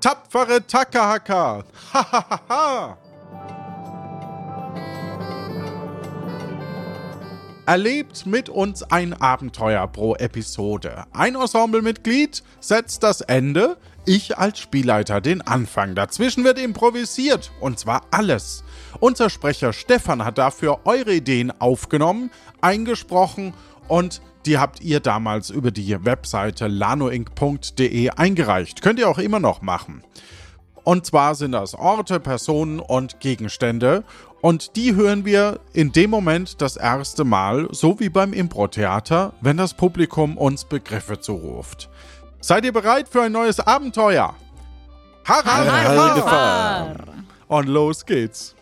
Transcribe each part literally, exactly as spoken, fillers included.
Tapfere Takahaka. Hahaha. Erlebt mit uns ein Abenteuer pro Episode. Ein Ensemblemitglied setzt das Ende, ich als Spielleiter den Anfang. Dazwischen wird improvisiert, und zwar alles. Unser Sprecher Stefan hat dafür eure Ideen aufgenommen, eingesprochen und die habt ihr damals über die Webseite lanoinc punkt de eingereicht. Könnt ihr auch immer noch machen. Und zwar sind das Orte, Personen und Gegenstände. Und die hören wir in dem Moment das erste Mal, so wie beim Impro-Theater, wenn das Publikum uns Begriffe zuruft. Seid ihr bereit für ein neues Abenteuer? Harald Gefahr! Und los geht's.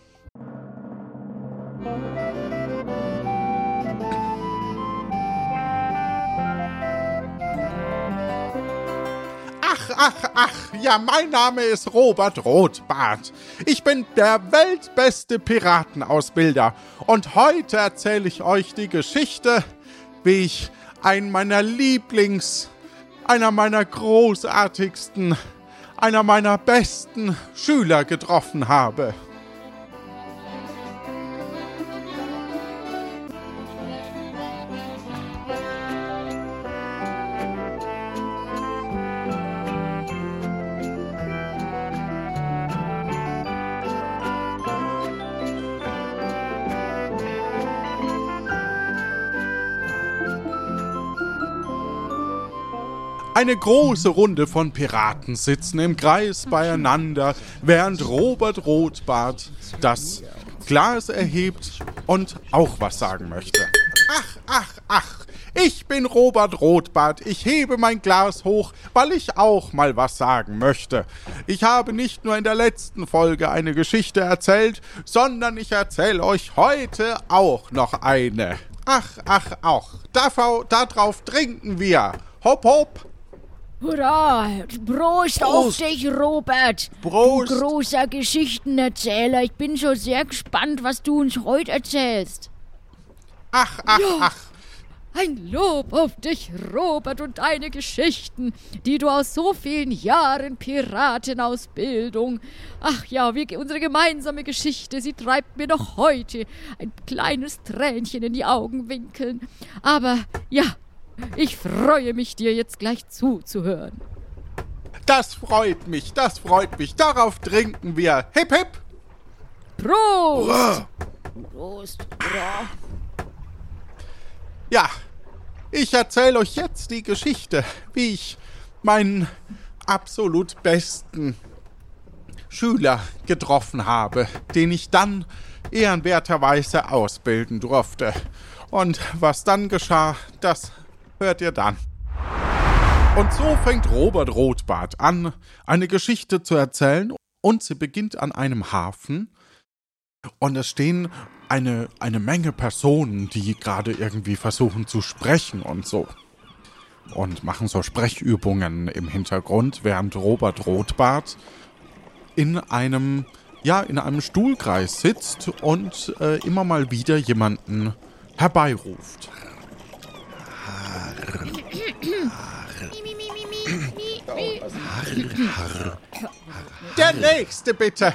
Ach, ach, ach, ja, mein Name ist Robert Rotbart. Ich bin der weltbeste Piratenausbilder und heute erzähle ich euch die Geschichte, wie ich einen meiner Lieblings, einer meiner großartigsten, einer meiner besten Schüler getroffen habe. Eine große Runde von Piraten sitzen im Kreis beieinander, während Robert Rotbart das Glas erhebt und auch was sagen möchte. Ach, ach, ach, ich bin Robert Rotbart. Ich hebe mein Glas hoch, weil ich auch mal was sagen möchte. Ich habe nicht nur in der letzten Folge eine Geschichte erzählt, sondern ich erzähle euch heute auch noch eine. Ach, ach, ach, darauf, darauf trinken wir. Hopp, hopp. Hurra! Prost, Prost auf dich, Robert! Prost! Du großer Geschichtenerzähler. Ich bin schon sehr gespannt, was du uns heute erzählst. Ach, ach, ja, ach. Ein Lob auf dich, Robert, und deine Geschichten, die du aus so vielen Jahren Piratenausbildung... Ach ja, wir, unsere gemeinsame Geschichte, sie treibt mir noch heute ein kleines Tränchen in die Augenwinkeln. Aber ja... Ich freue mich, dir jetzt gleich zuzuhören. Das freut mich, das freut mich. Darauf trinken wir. Hip, hip. Prost. Hurra. Prost. Hurra. Ja, ich erzähle euch jetzt die Geschichte, wie ich meinen absolut besten Schüler getroffen habe, den ich dann ehrenwerterweise ausbilden durfte. Und was dann geschah, das hört ihr dann. Und so fängt Robert Rotbart an, eine Geschichte zu erzählen, und sie beginnt an einem Hafen und es stehen eine, eine Menge Personen, die gerade irgendwie versuchen zu sprechen und so. Und machen so Sprechübungen im Hintergrund, während Robert Rotbart in einem, ja, in einem Stuhlkreis sitzt und äh, immer mal wieder jemanden herbeiruft. Harr, harr, harr. Der nächste, bitte.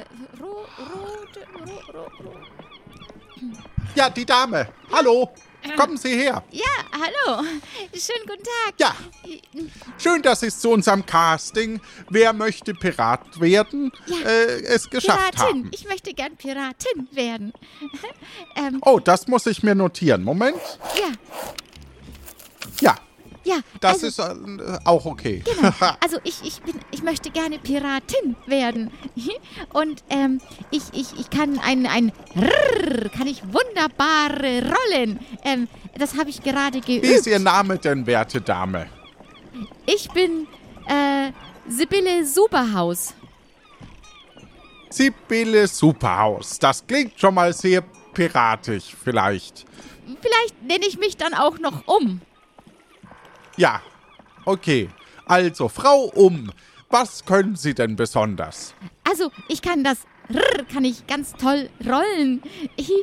Ja, die Dame. Hallo. Kommen Sie her. Ja, hallo. Schönen guten Tag. Ja. Schön, dass Sie zu unserem Casting Wer möchte Pirat werden, ja. äh, es geschafft Piratin. haben. Ich möchte gern Piratin werden. ähm, Oh, das muss ich mir notieren. Moment. ja. Ja. Ja, Das also, ist äh, auch okay. Genau. Also ich, ich bin, ich möchte gerne Piratin werden. Und ähm, ich, ich, ich kann ein, ein Rrrr, kann ich wunderbare Rollen. Ähm, das habe ich gerade geübt. Wie ist Ihr Name denn, werte Dame? Ich bin äh, Sibylle Superhaus. Sibylle Superhaus. Das klingt schon mal sehr piratisch, vielleicht. Vielleicht nenne ich mich dann auch noch um. Ja, okay. Also, Frau Um, was können Sie denn besonders? Also, ich kann das Rrr, kann ich ganz toll rollen.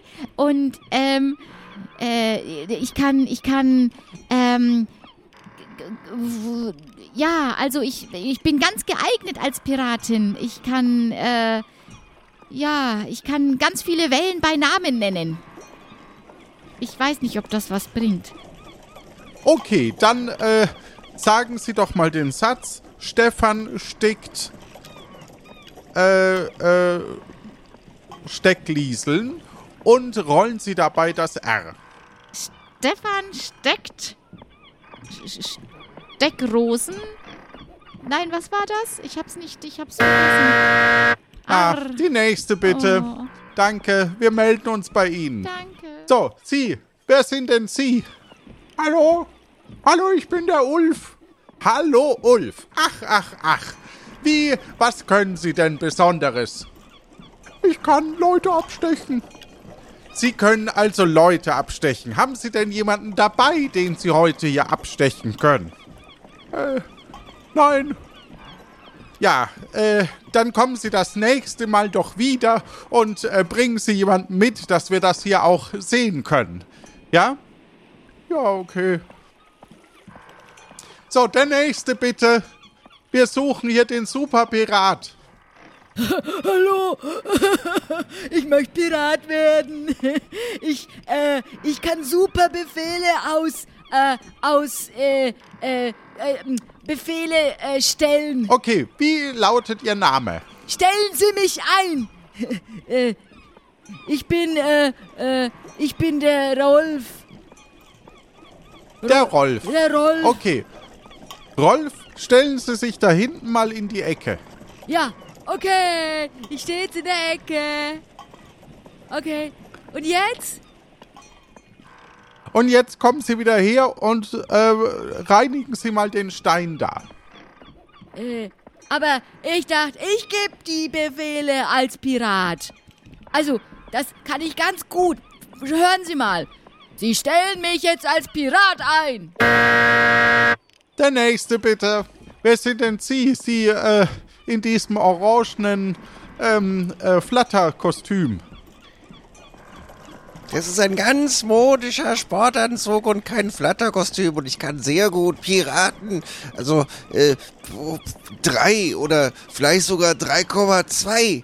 Und, ähm, äh, ich kann, ich kann, ähm, ja, also ich, ich bin ganz geeignet als Piratin. Ich kann, äh, ja, ich kann ganz viele Wellen bei Namen nennen. Ich weiß nicht, ob das was bringt. Okay, dann äh, sagen Sie doch mal den Satz. Stefan steckt äh, äh, Stecklieseln und rollen Sie dabei das R. Stefan steckt Steckrosen? Nein, was war das? Ich hab's nicht, ich hab's vergessen. Ach, Arr. die nächste bitte. Oh. Danke, wir melden uns bei Ihnen. Danke. So, Sie, wer sind denn Sie? Hallo? Hallo, ich bin der Ulf. Hallo, Ulf. Ach, ach, ach. Wie, was können Sie denn Besonderes? Ich kann Leute abstechen. Sie können also Leute abstechen. Haben Sie denn jemanden dabei, den Sie heute hier abstechen können? Äh, nein. Ja, äh, dann kommen Sie das nächste Mal doch wieder und äh, bringen Sie jemanden mit, dass wir das hier auch sehen können. Ja? Ja, okay. So, der nächste bitte. Wir suchen hier den Superpirat. Hallo, ich möchte Pirat werden. Ich, äh, ich kann super Befehle aus, äh, aus, äh, äh, äh Befehle äh, stellen. Okay, wie lautet Ihr Name? Stellen Sie mich ein. äh, ich bin, äh, äh, ich bin der Rolf. Der Rolf. Der Rolf. Okay. Rolf, stellen Sie sich da hinten mal in die Ecke. Ja, okay. Ich stehe jetzt in der Ecke. Okay. Und jetzt? Und jetzt kommen Sie wieder her und äh, reinigen Sie mal den Stein da. Äh, aber ich dachte, ich gebe die Befehle als Pirat. Also, das kann ich ganz gut. Hören Sie mal. Sie stellen mich jetzt als Pirat ein. Der nächste bitte. Wer sind denn Sie? Sie äh, in diesem orangenen ähm, äh, Flatterkostüm. Das ist ein ganz modischer Sportanzug und kein Flatterkostüm und ich kann sehr gut Piraten, also äh, drei oder vielleicht sogar drei Komma zwei.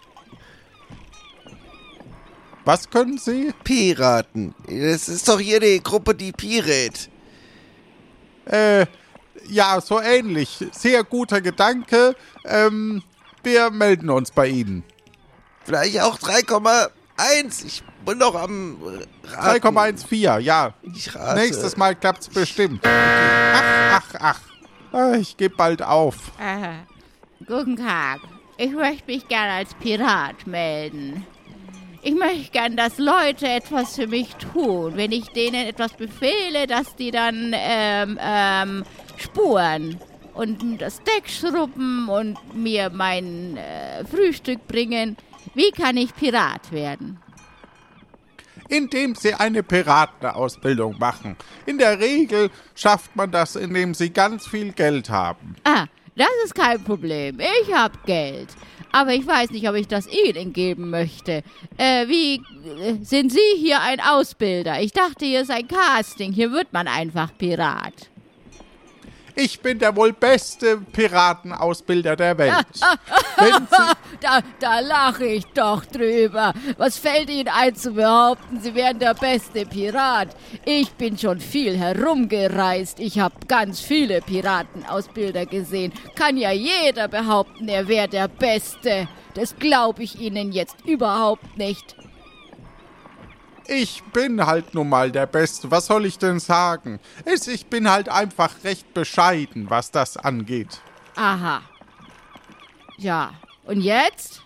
Was können Sie? Piraten. Das ist doch hier die Gruppe Die Pirat. Äh, ja, so ähnlich. Sehr guter Gedanke. Ähm, wir melden uns bei Ihnen. Vielleicht auch drei Komma eins. Ich bin noch am Raten. drei Komma vierzehn, ja. Ich rate. Nächstes Mal klappt's bestimmt. Ach, ach, ach. Ah, ich gebe bald auf. Äh, guten Tag. Ich möchte mich gerne als Pirat melden. Ich möchte gern, dass Leute etwas für mich tun. Wenn ich denen etwas befehle, dass die dann ähm, ähm, spuren und das Deck schrubben und mir mein äh, Frühstück bringen. Wie kann ich Pirat werden? Indem Sie eine Piratenausbildung machen. In der Regel schafft man das, indem Sie ganz viel Geld haben. Ah, das ist kein Problem. Ich habe Geld. Aber ich weiß nicht, ob ich das Ihnen geben möchte. Äh, wie, äh, sind Sie hier ein Ausbilder? Ich dachte, hier ist ein Casting. Hier wird man einfach Pirat. Ich bin der wohl beste Piratenausbilder der Welt. Wenn Sie Da, da lache ich doch drüber. Was fällt Ihnen ein zu behaupten, Sie wären der beste Pirat? Ich bin schon viel herumgereist. Ich habe ganz viele Piratenausbilder gesehen. Kann ja jeder behaupten, er wäre der Beste. Das glaube ich Ihnen jetzt überhaupt nicht. Ich bin halt nun mal der Beste. Was soll ich denn sagen? Es, ich bin halt einfach recht bescheiden, was das angeht. Aha. Ja, und jetzt?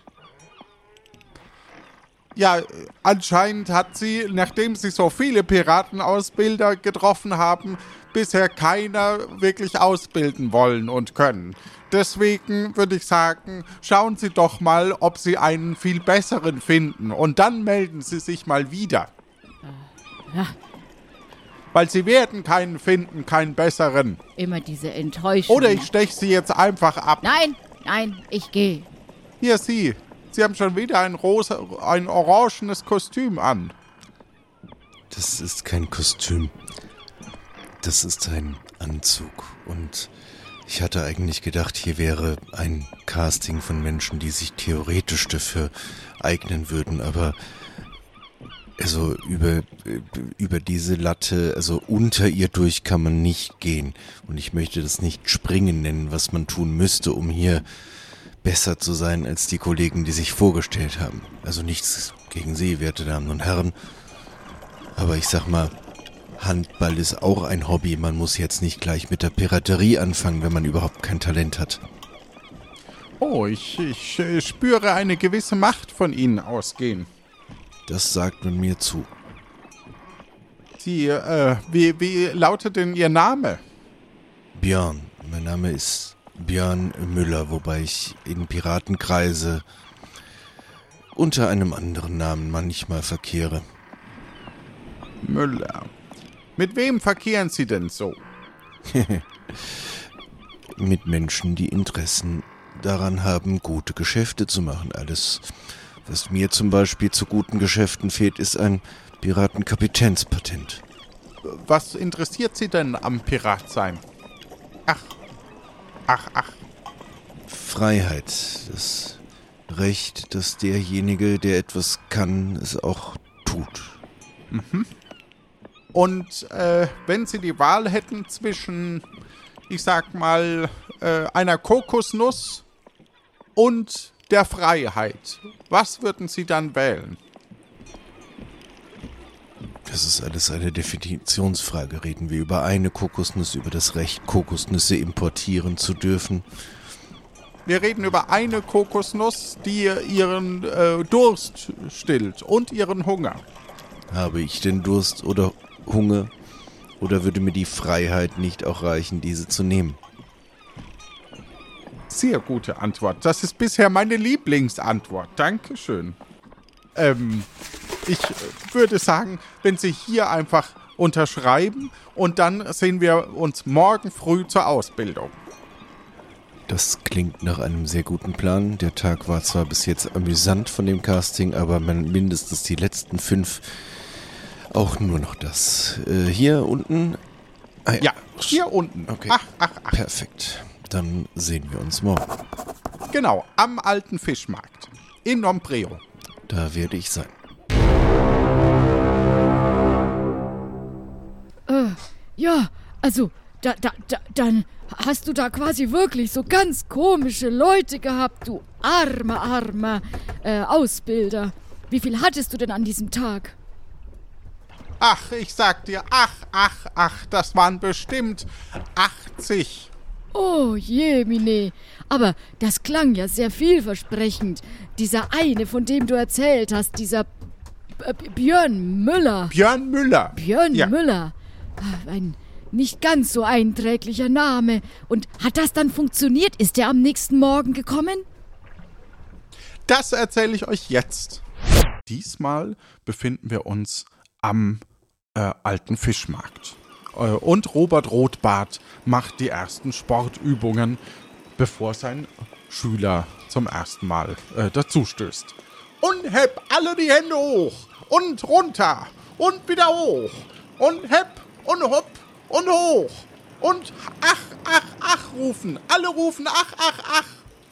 Ja, anscheinend hat sie, nachdem sie so viele Piratenausbilder getroffen haben, bisher keiner wirklich ausbilden wollen und können. Deswegen würde ich sagen, schauen Sie doch mal, ob Sie einen viel besseren finden. Und dann melden Sie sich mal wieder. Ja. Weil Sie werden keinen finden, keinen besseren. Immer diese Enttäuschung. Oder ich steche Sie jetzt einfach ab. Nein, nein, ich gehe. Hier, Sie. Sie haben schon wieder ein rosa, ein orangenes Kostüm an. Das ist kein Kostüm. Das ist ein Anzug und ich hatte eigentlich gedacht, hier wäre ein Casting von Menschen, die sich theoretisch dafür eignen würden, aber also über, über diese Latte, also unter ihr durch kann man nicht gehen und ich möchte das nicht springen nennen, was man tun müsste, um hier besser zu sein als die Kollegen, die sich vorgestellt haben. Also nichts gegen Sie, werte Damen und Herren, aber ich sag mal, Handball ist auch ein Hobby. Man muss jetzt nicht gleich mit der Piraterie anfangen, wenn man überhaupt kein Talent hat. Oh, ich, ich äh, spüre eine gewisse Macht von Ihnen ausgehen. Das sagt man mir zu. Sie, äh, wie, wie lautet denn Ihr Name? Björn. Mein Name ist Björn Müller, wobei ich in Piratenkreise unter einem anderen Namen manchmal verkehre. Müller. Mit wem verkehren Sie denn so? Mit Menschen, die Interessen daran haben, gute Geschäfte zu machen. Alles, was mir zum Beispiel zu guten Geschäften fehlt, ist ein Piratenkapitänspatent. Was interessiert Sie denn am Piratsein? Ach, ach, ach. Freiheit, das Recht, dass derjenige, der etwas kann, es auch tut. Mhm. Und äh, wenn Sie die Wahl hätten zwischen, ich sag mal, äh, einer Kokosnuss und der Freiheit, was würden Sie dann wählen? Das ist alles eine Definitionsfrage. Reden wir über eine Kokosnuss, über das Recht, Kokosnüsse importieren zu dürfen? Wir reden über eine Kokosnuss, die Ihren äh, Durst stillt und Ihren Hunger. Habe ich denn Durst oder Hunger? Oder würde mir die Freiheit nicht auch reichen, diese zu nehmen? Sehr gute Antwort. Das ist bisher meine Lieblingsantwort. Dankeschön. Ähm, ich würde sagen, wenn Sie hier einfach unterschreiben und dann sehen wir uns morgen früh zur Ausbildung. Das klingt nach einem sehr guten Plan. Der Tag war zwar bis jetzt amüsant von dem Casting, aber man mindestens die letzten fünf auch nur noch das. Äh, hier unten? Ah, ja, hier unten. Okay. Ach, ach, ach. Perfekt. Dann sehen wir uns morgen. Genau, am alten Fischmarkt. In Nombreo. Da werde ich sein. Äh, ja, also, da, da, da, dann hast du da quasi wirklich so ganz komische Leute gehabt, du armer, armer äh, Ausbilder. Wie viel hattest du denn an diesem Tag? Ach, ich sag dir, ach, ach, ach, das waren bestimmt achtzig. Oh je, Mine. Aber das klang ja sehr vielversprechend. Dieser eine, von dem du erzählt hast, dieser B- B- Björn Müller. Björn Müller. Björn Ja. Müller. Ein nicht ganz so einträglicher Name. Und hat das dann funktioniert? Ist er am nächsten Morgen gekommen? Das erzähle ich euch jetzt. Diesmal befinden wir uns am äh, alten Fischmarkt. Äh, und Robert Rotbart macht die ersten Sportübungen, bevor sein Schüler zum ersten Mal äh, dazustößt. Und heb alle die Hände hoch und runter und wieder hoch und heb und hopp und hoch und ach, ach, ach rufen. Alle rufen ach, ach, ach.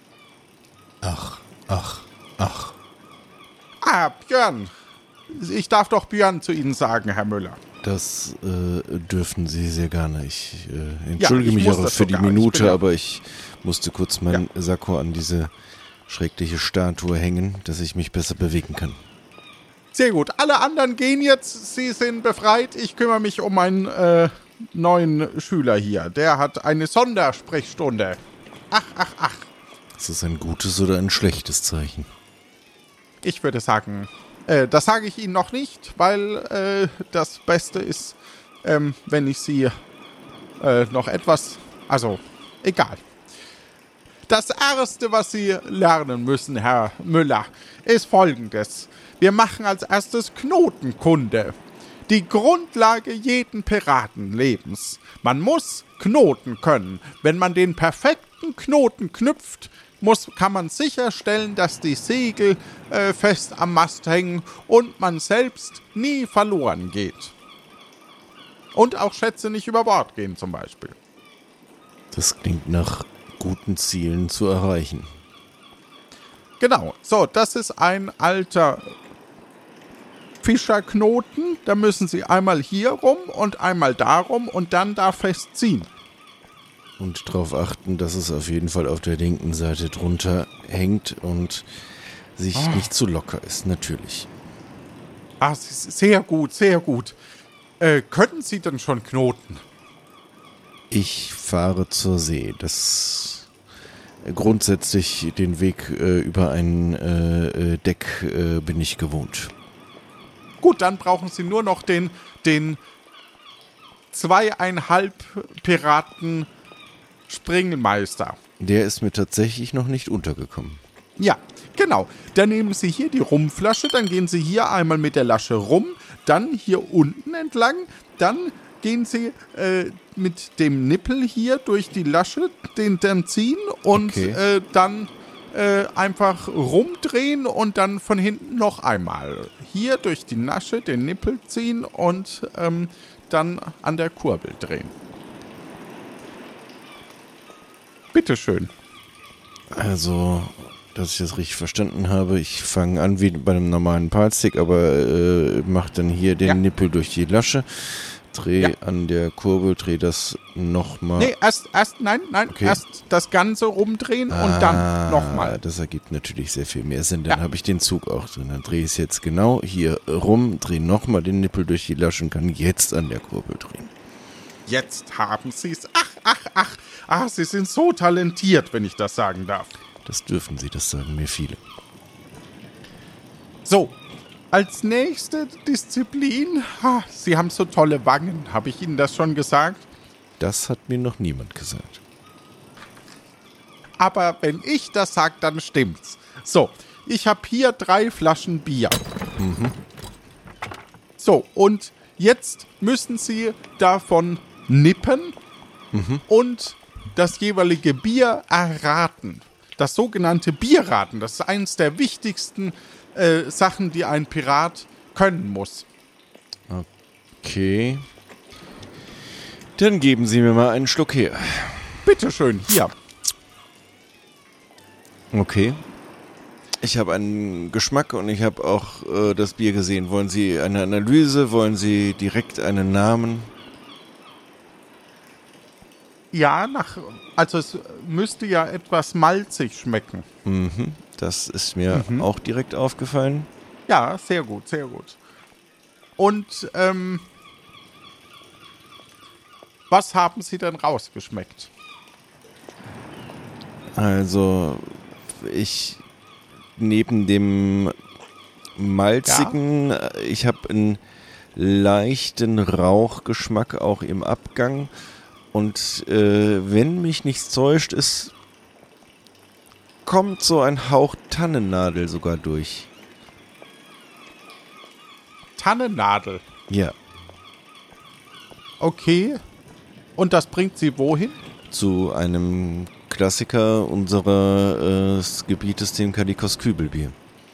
Ach, ach, ach. Ah, Björn. Ich darf doch Björn zu Ihnen sagen, Herr Müller. Das äh, dürfen Sie sehr gerne. Ich äh, entschuldige Ja, ich mich muss auch das für die sogar. Ich Minute, bin ja- aber ich musste kurz mein Sakko an diese schreckliche Statue hängen, dass ich mich besser bewegen kann. Sehr gut. Alle anderen gehen jetzt. Sie sind befreit. Ich kümmere mich um meinen äh, neuen Schüler hier. Der hat eine Sondersprechstunde. Ach, ach, ach. Ist das ein gutes oder ein schlechtes Zeichen? Ich würde sagen, äh, das sage ich Ihnen noch nicht, weil äh, das Beste ist, ähm, wenn ich Sie äh, noch etwas... Also, egal. Das Erste, was Sie lernen müssen, Herr Müller, ist Folgendes. Wir machen als erstes Knotenkunde. Die Grundlage jeden Piratenlebens. Man muss Knoten können. Wenn man den perfekten Knoten knüpft, muss, kann man sicherstellen, dass die Segel äh, fest am Mast hängen und man selbst nie verloren geht. Und auch Schätze nicht über Bord gehen zum Beispiel. Das klingt nach guten Zielen zu erreichen. Genau, so, das ist ein alter Fischerknoten. Da müssen Sie einmal hier rum und einmal darum und dann da festziehen. Und darauf achten, dass es auf jeden Fall auf der linken Seite drunter hängt und sich Ah. nicht zu locker ist, natürlich. Ah, sehr gut, sehr gut. Äh, können Sie denn schon knoten? Ich fahre zur See. Das grundsätzlich den Weg äh, über ein äh, äh, Deck äh, bin ich gewohnt. Gut, dann brauchen Sie nur noch den, den zweieinhalb Piraten Springmeister. Der ist mir tatsächlich noch nicht untergekommen. Ja, genau. Dann nehmen Sie hier die Rumflasche, dann gehen Sie hier einmal mit der Lasche rum, dann hier unten entlang, dann gehen Sie äh, mit dem Nippel hier durch die Lasche, den dann ziehen und Okay. äh, dann äh, einfach rumdrehen und dann von hinten noch einmal. Hier durch die Lasche den Nippel ziehen und ähm, dann an der Kurbel drehen. Bitteschön. Also, dass ich das richtig verstanden habe, ich fange an wie bei einem normalen Palstick, aber äh, mache dann hier den Ja. Nippel durch die Lasche, drehe Ja. an der Kurbel, drehe das nochmal. Nee, erst, erst, nein, nein, Okay. erst das Ganze rumdrehen und dann nochmal. Das ergibt natürlich sehr viel mehr Sinn. Dann Ja. habe ich den Zug auch drin. Dann drehe ich es jetzt genau hier rum, drehe nochmal den Nippel durch die Lasche und kann jetzt an der Kurbel drehen. Jetzt haben Sie es. Ach, ach, ach. Ah, Sie sind so talentiert, wenn ich das sagen darf. Das dürfen Sie, das sagen mir viele. So, als nächste Disziplin. Ha, Sie haben so tolle Wangen. Habe ich Ihnen das schon gesagt? Das hat mir noch niemand gesagt. Aber wenn ich das sage, dann stimmt's. So, ich habe hier drei Flaschen Bier. So, und jetzt müssen Sie davon nippen und das jeweilige Bier erraten. Das sogenannte Bierraten, das ist eines der wichtigsten äh, Sachen, die ein Pirat können muss. Okay. Dann geben Sie mir mal einen Schluck her. Bitteschön, hier. Okay. Ich habe einen Geschmack und ich habe auch äh, das Bier gesehen. Wollen Sie eine Analyse? Wollen Sie direkt einen Namen? Ja, nach, also es müsste ja etwas malzig schmecken. Mhm. Das ist mir auch direkt aufgefallen. Ja, sehr gut, sehr gut. Und ähm, was haben Sie denn rausgeschmeckt? Also, ich neben dem malzigen, äh, ich habe einen leichten Rauchgeschmack auch im Abgang. Und äh, wenn mich nichts täuscht, es kommt so ein Hauch Tannennadel sogar durch. Tannennadel. Ja, Okay. Und das bringt Sie wohin? zu einem Klassiker unseres äh, Gebietes, dem Kalikos Kübelbier.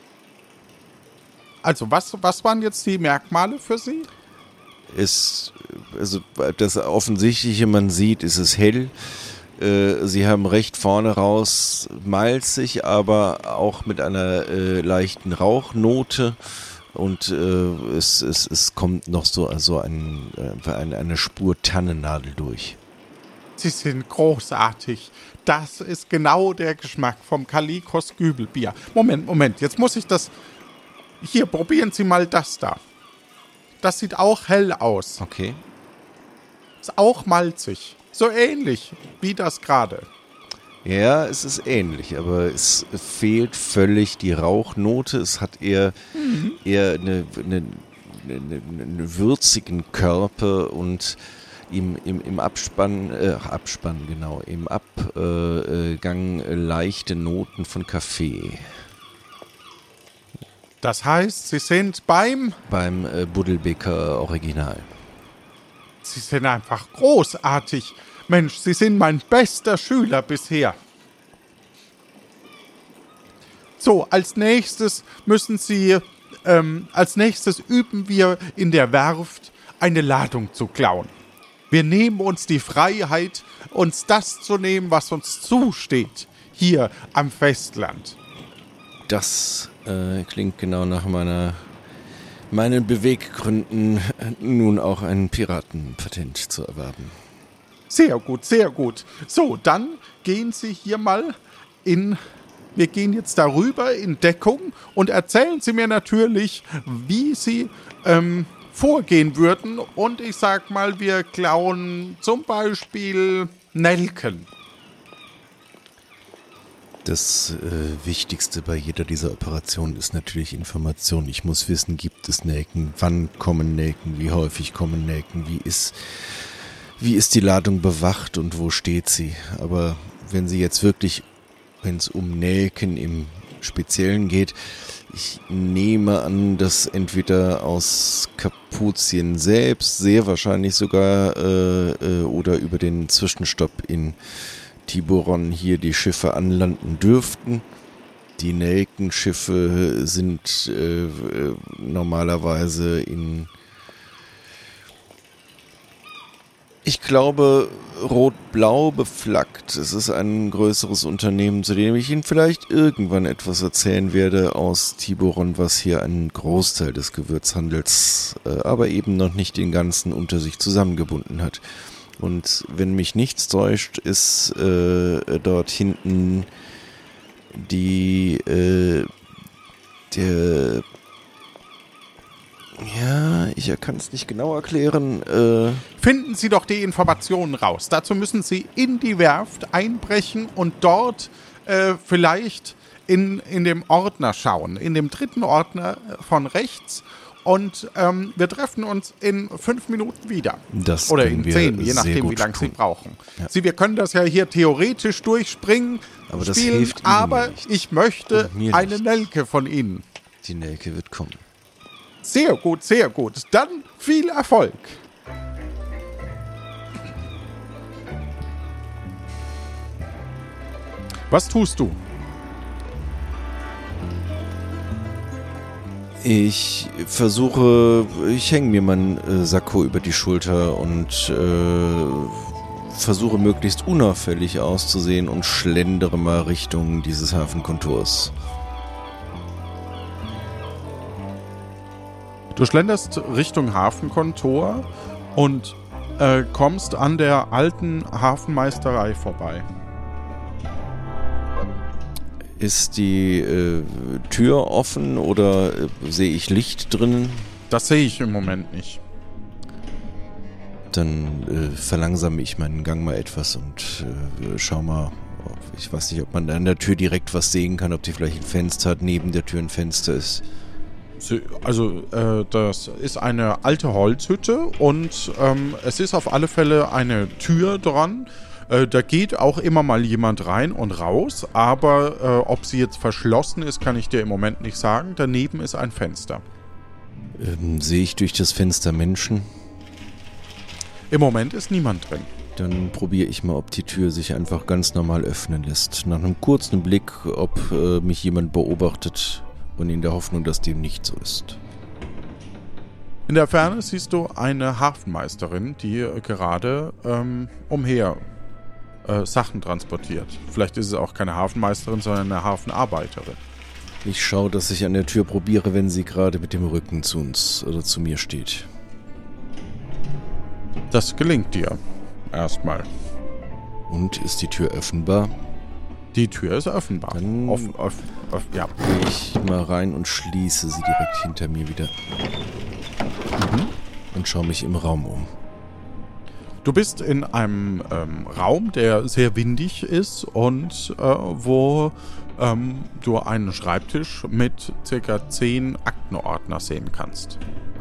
Also was, was waren jetzt die Merkmale für Sie? Ist, also das Offensichtliche, man sieht, ist es hell. Äh, sie haben recht vorne raus malzig, aber auch mit einer äh, leichten Rauchnote. Und äh, es, es, es kommt noch so also ein, äh, eine, eine Spur Tannennadel durch. Sie sind großartig. Das ist genau der Geschmack vom Kalikos Kübelbier. Moment, Moment, jetzt muss ich das... Hier, probieren Sie mal das da. Das sieht auch hell aus. Okay. Ist auch malzig. So ähnlich wie das gerade. Ja, es ist ähnlich, aber es fehlt völlig die Rauchnote. Es hat eher, mhm. eher eine, eine, eine, eine würzigen Körper und im, im, im Abspann, äh, Abspann, genau, im Abgang äh, leichte Noten von Kaffee. Das heißt, Sie sind beim... Beim äh, Buddelbeker Original. Sie sind einfach großartig. Mensch, Sie sind mein bester Schüler bisher. So, als nächstes müssen Sie, ähm, als nächstes üben wir in der Werft eine Ladung zu klauen. Wir nehmen uns die Freiheit, uns das zu nehmen, was uns zusteht, hier am Festland. Das äh, klingt genau nach meiner, meinen Beweggründen, nun auch ein Piratenpatent zu erwerben. Sehr gut, sehr gut. So, dann gehen Sie hier mal in... Wir gehen jetzt darüber in Deckung und erzählen Sie mir natürlich, wie Sie ähm, vorgehen würden. Und ich sag mal, wir klauen zum Beispiel Nelken. Das äh, Wichtigste bei jeder dieser Operationen ist natürlich Information. Ich muss wissen, gibt es Nelken, wann kommen Nelken, wie häufig kommen Nelken, wie ist, wie ist die Ladung bewacht und wo steht sie. Aber wenn Sie jetzt wirklich... wenn es um Nelken im Speziellen geht. Ich nehme an, dass entweder aus Kapuzien selbst, sehr wahrscheinlich sogar, äh, äh, oder über den Zwischenstopp in Tiburon hier die Schiffe anlanden dürften. Die Nelkenschiffe sind äh, äh, normalerweise in... Ich glaube, rot-blau beflaggt. Es ist ein größeres Unternehmen, zu dem ich Ihnen vielleicht irgendwann etwas erzählen werde aus Tiburon, was hier einen Großteil des Gewürzhandels, äh, aber eben noch nicht den ganzen unter sich zusammengebunden hat. Und wenn mich nichts täuscht, ist äh, dort hinten die äh, der Ja, ich kann es nicht genau erklären. Äh Finden Sie doch die Informationen raus. Dazu müssen Sie in die Werft einbrechen und dort äh, vielleicht in, in dem Ordner schauen. In dem dritten Ordner von rechts. Und ähm, wir treffen uns in fünf Minuten wieder. Das Oder in zehn, je sehr nachdem, gut wie lange Sie tun. brauchen. Ja. Sie, wir können das ja hier theoretisch durchspringen, Aber das spielen, hilft Ihnen aber nicht. ich möchte Und mir eine nicht. Nelke von Ihnen. Die Nelke wird kommen. Sehr gut, sehr gut. Dann viel Erfolg. Was tust du? Ich versuche, ich hänge mir meinen äh, Sakko über die Schulter und äh, versuche möglichst unauffällig auszusehen und schlendere mal Richtung dieses Hafenkontors. Du schlenderst Richtung Hafenkontor und äh, kommst an der alten Hafenmeisterei vorbei. Ist die äh, Tür offen oder äh, sehe ich Licht drinnen? Das sehe ich im Moment nicht. Dann äh, verlangsame ich meinen Gang mal etwas und äh, schau mal. Ich weiß nicht, ob man an der Tür direkt was sehen kann, ob die vielleicht ein Fenster hat, neben der Tür ein Fenster ist. Also, äh, das ist eine alte Holzhütte und ähm, es ist auf alle Fälle eine Tür dran. Äh, da geht auch immer mal jemand rein und raus, aber äh, ob sie jetzt verschlossen ist, kann ich dir im Moment nicht sagen. Daneben ist ein Fenster. Ähm, sehe ich durch das Fenster Menschen? Im Moment ist niemand drin. Dann probiere ich mal, ob die Tür sich einfach ganz normal öffnen lässt. Nach einem kurzen Blick, ob äh, mich jemand beobachtet. Und in der Hoffnung, dass dem nicht so ist. In der Ferne siehst du eine Hafenmeisterin, die äh, gerade ähm, umher äh, Sachen transportiert. Vielleicht ist es auch keine Hafenmeisterin, sondern eine Hafenarbeiterin. Ich schaue, dass ich an der Tür probiere, wenn sie gerade mit dem Rücken zu uns oder zu mir steht. Das gelingt dir erstmal. Und ist die Tür öffnbar? Die Tür ist öffnbar. Dann Offen, offen, offen, ja. Gehe ich mal rein und schließe sie direkt hinter mir wieder. Mhm. Und schaue mich im Raum um. Du bist in einem ähm, Raum, der sehr windig ist und äh, wo ähm, du einen Schreibtisch mit ca. zehn Aktenordner sehen kannst.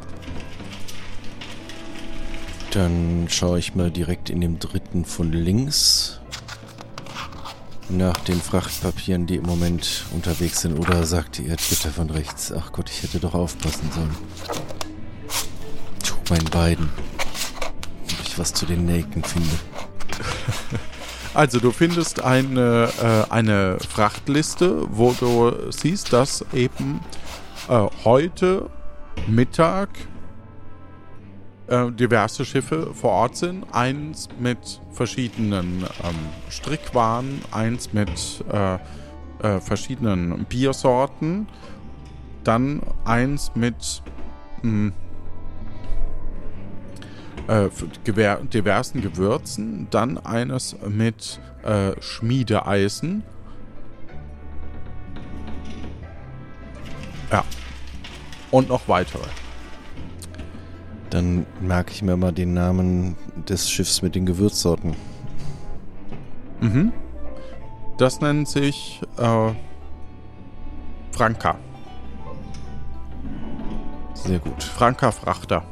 Dann schaue ich mal direkt in dem dritten von links nach den Frachtpapieren, die im Moment unterwegs sind. Oder sagte ihr Twitter von rechts? Ach Gott, ich hätte doch aufpassen sollen. Tu meinen beiden. Ob ich was zu den Nelken finde. Also du findest eine, äh, eine Frachtliste, wo du siehst, dass eben äh, heute Mittag äh, diverse Schiffe vor Ort sind. Eins mit verschiedenen ähm, Strickwaren, eins mit äh, äh, verschiedenen Biersorten, dann eins mit mh, äh, gewer- diversen Gewürzen, dann eines mit äh, Schmiedeeisen. Ja. Und noch weitere. Dann merke ich mir mal den Namen des Schiffs mit den Gewürzsorten. Mhm. Das nennt sich äh, Franka. Sehr gut. Franka Frachter.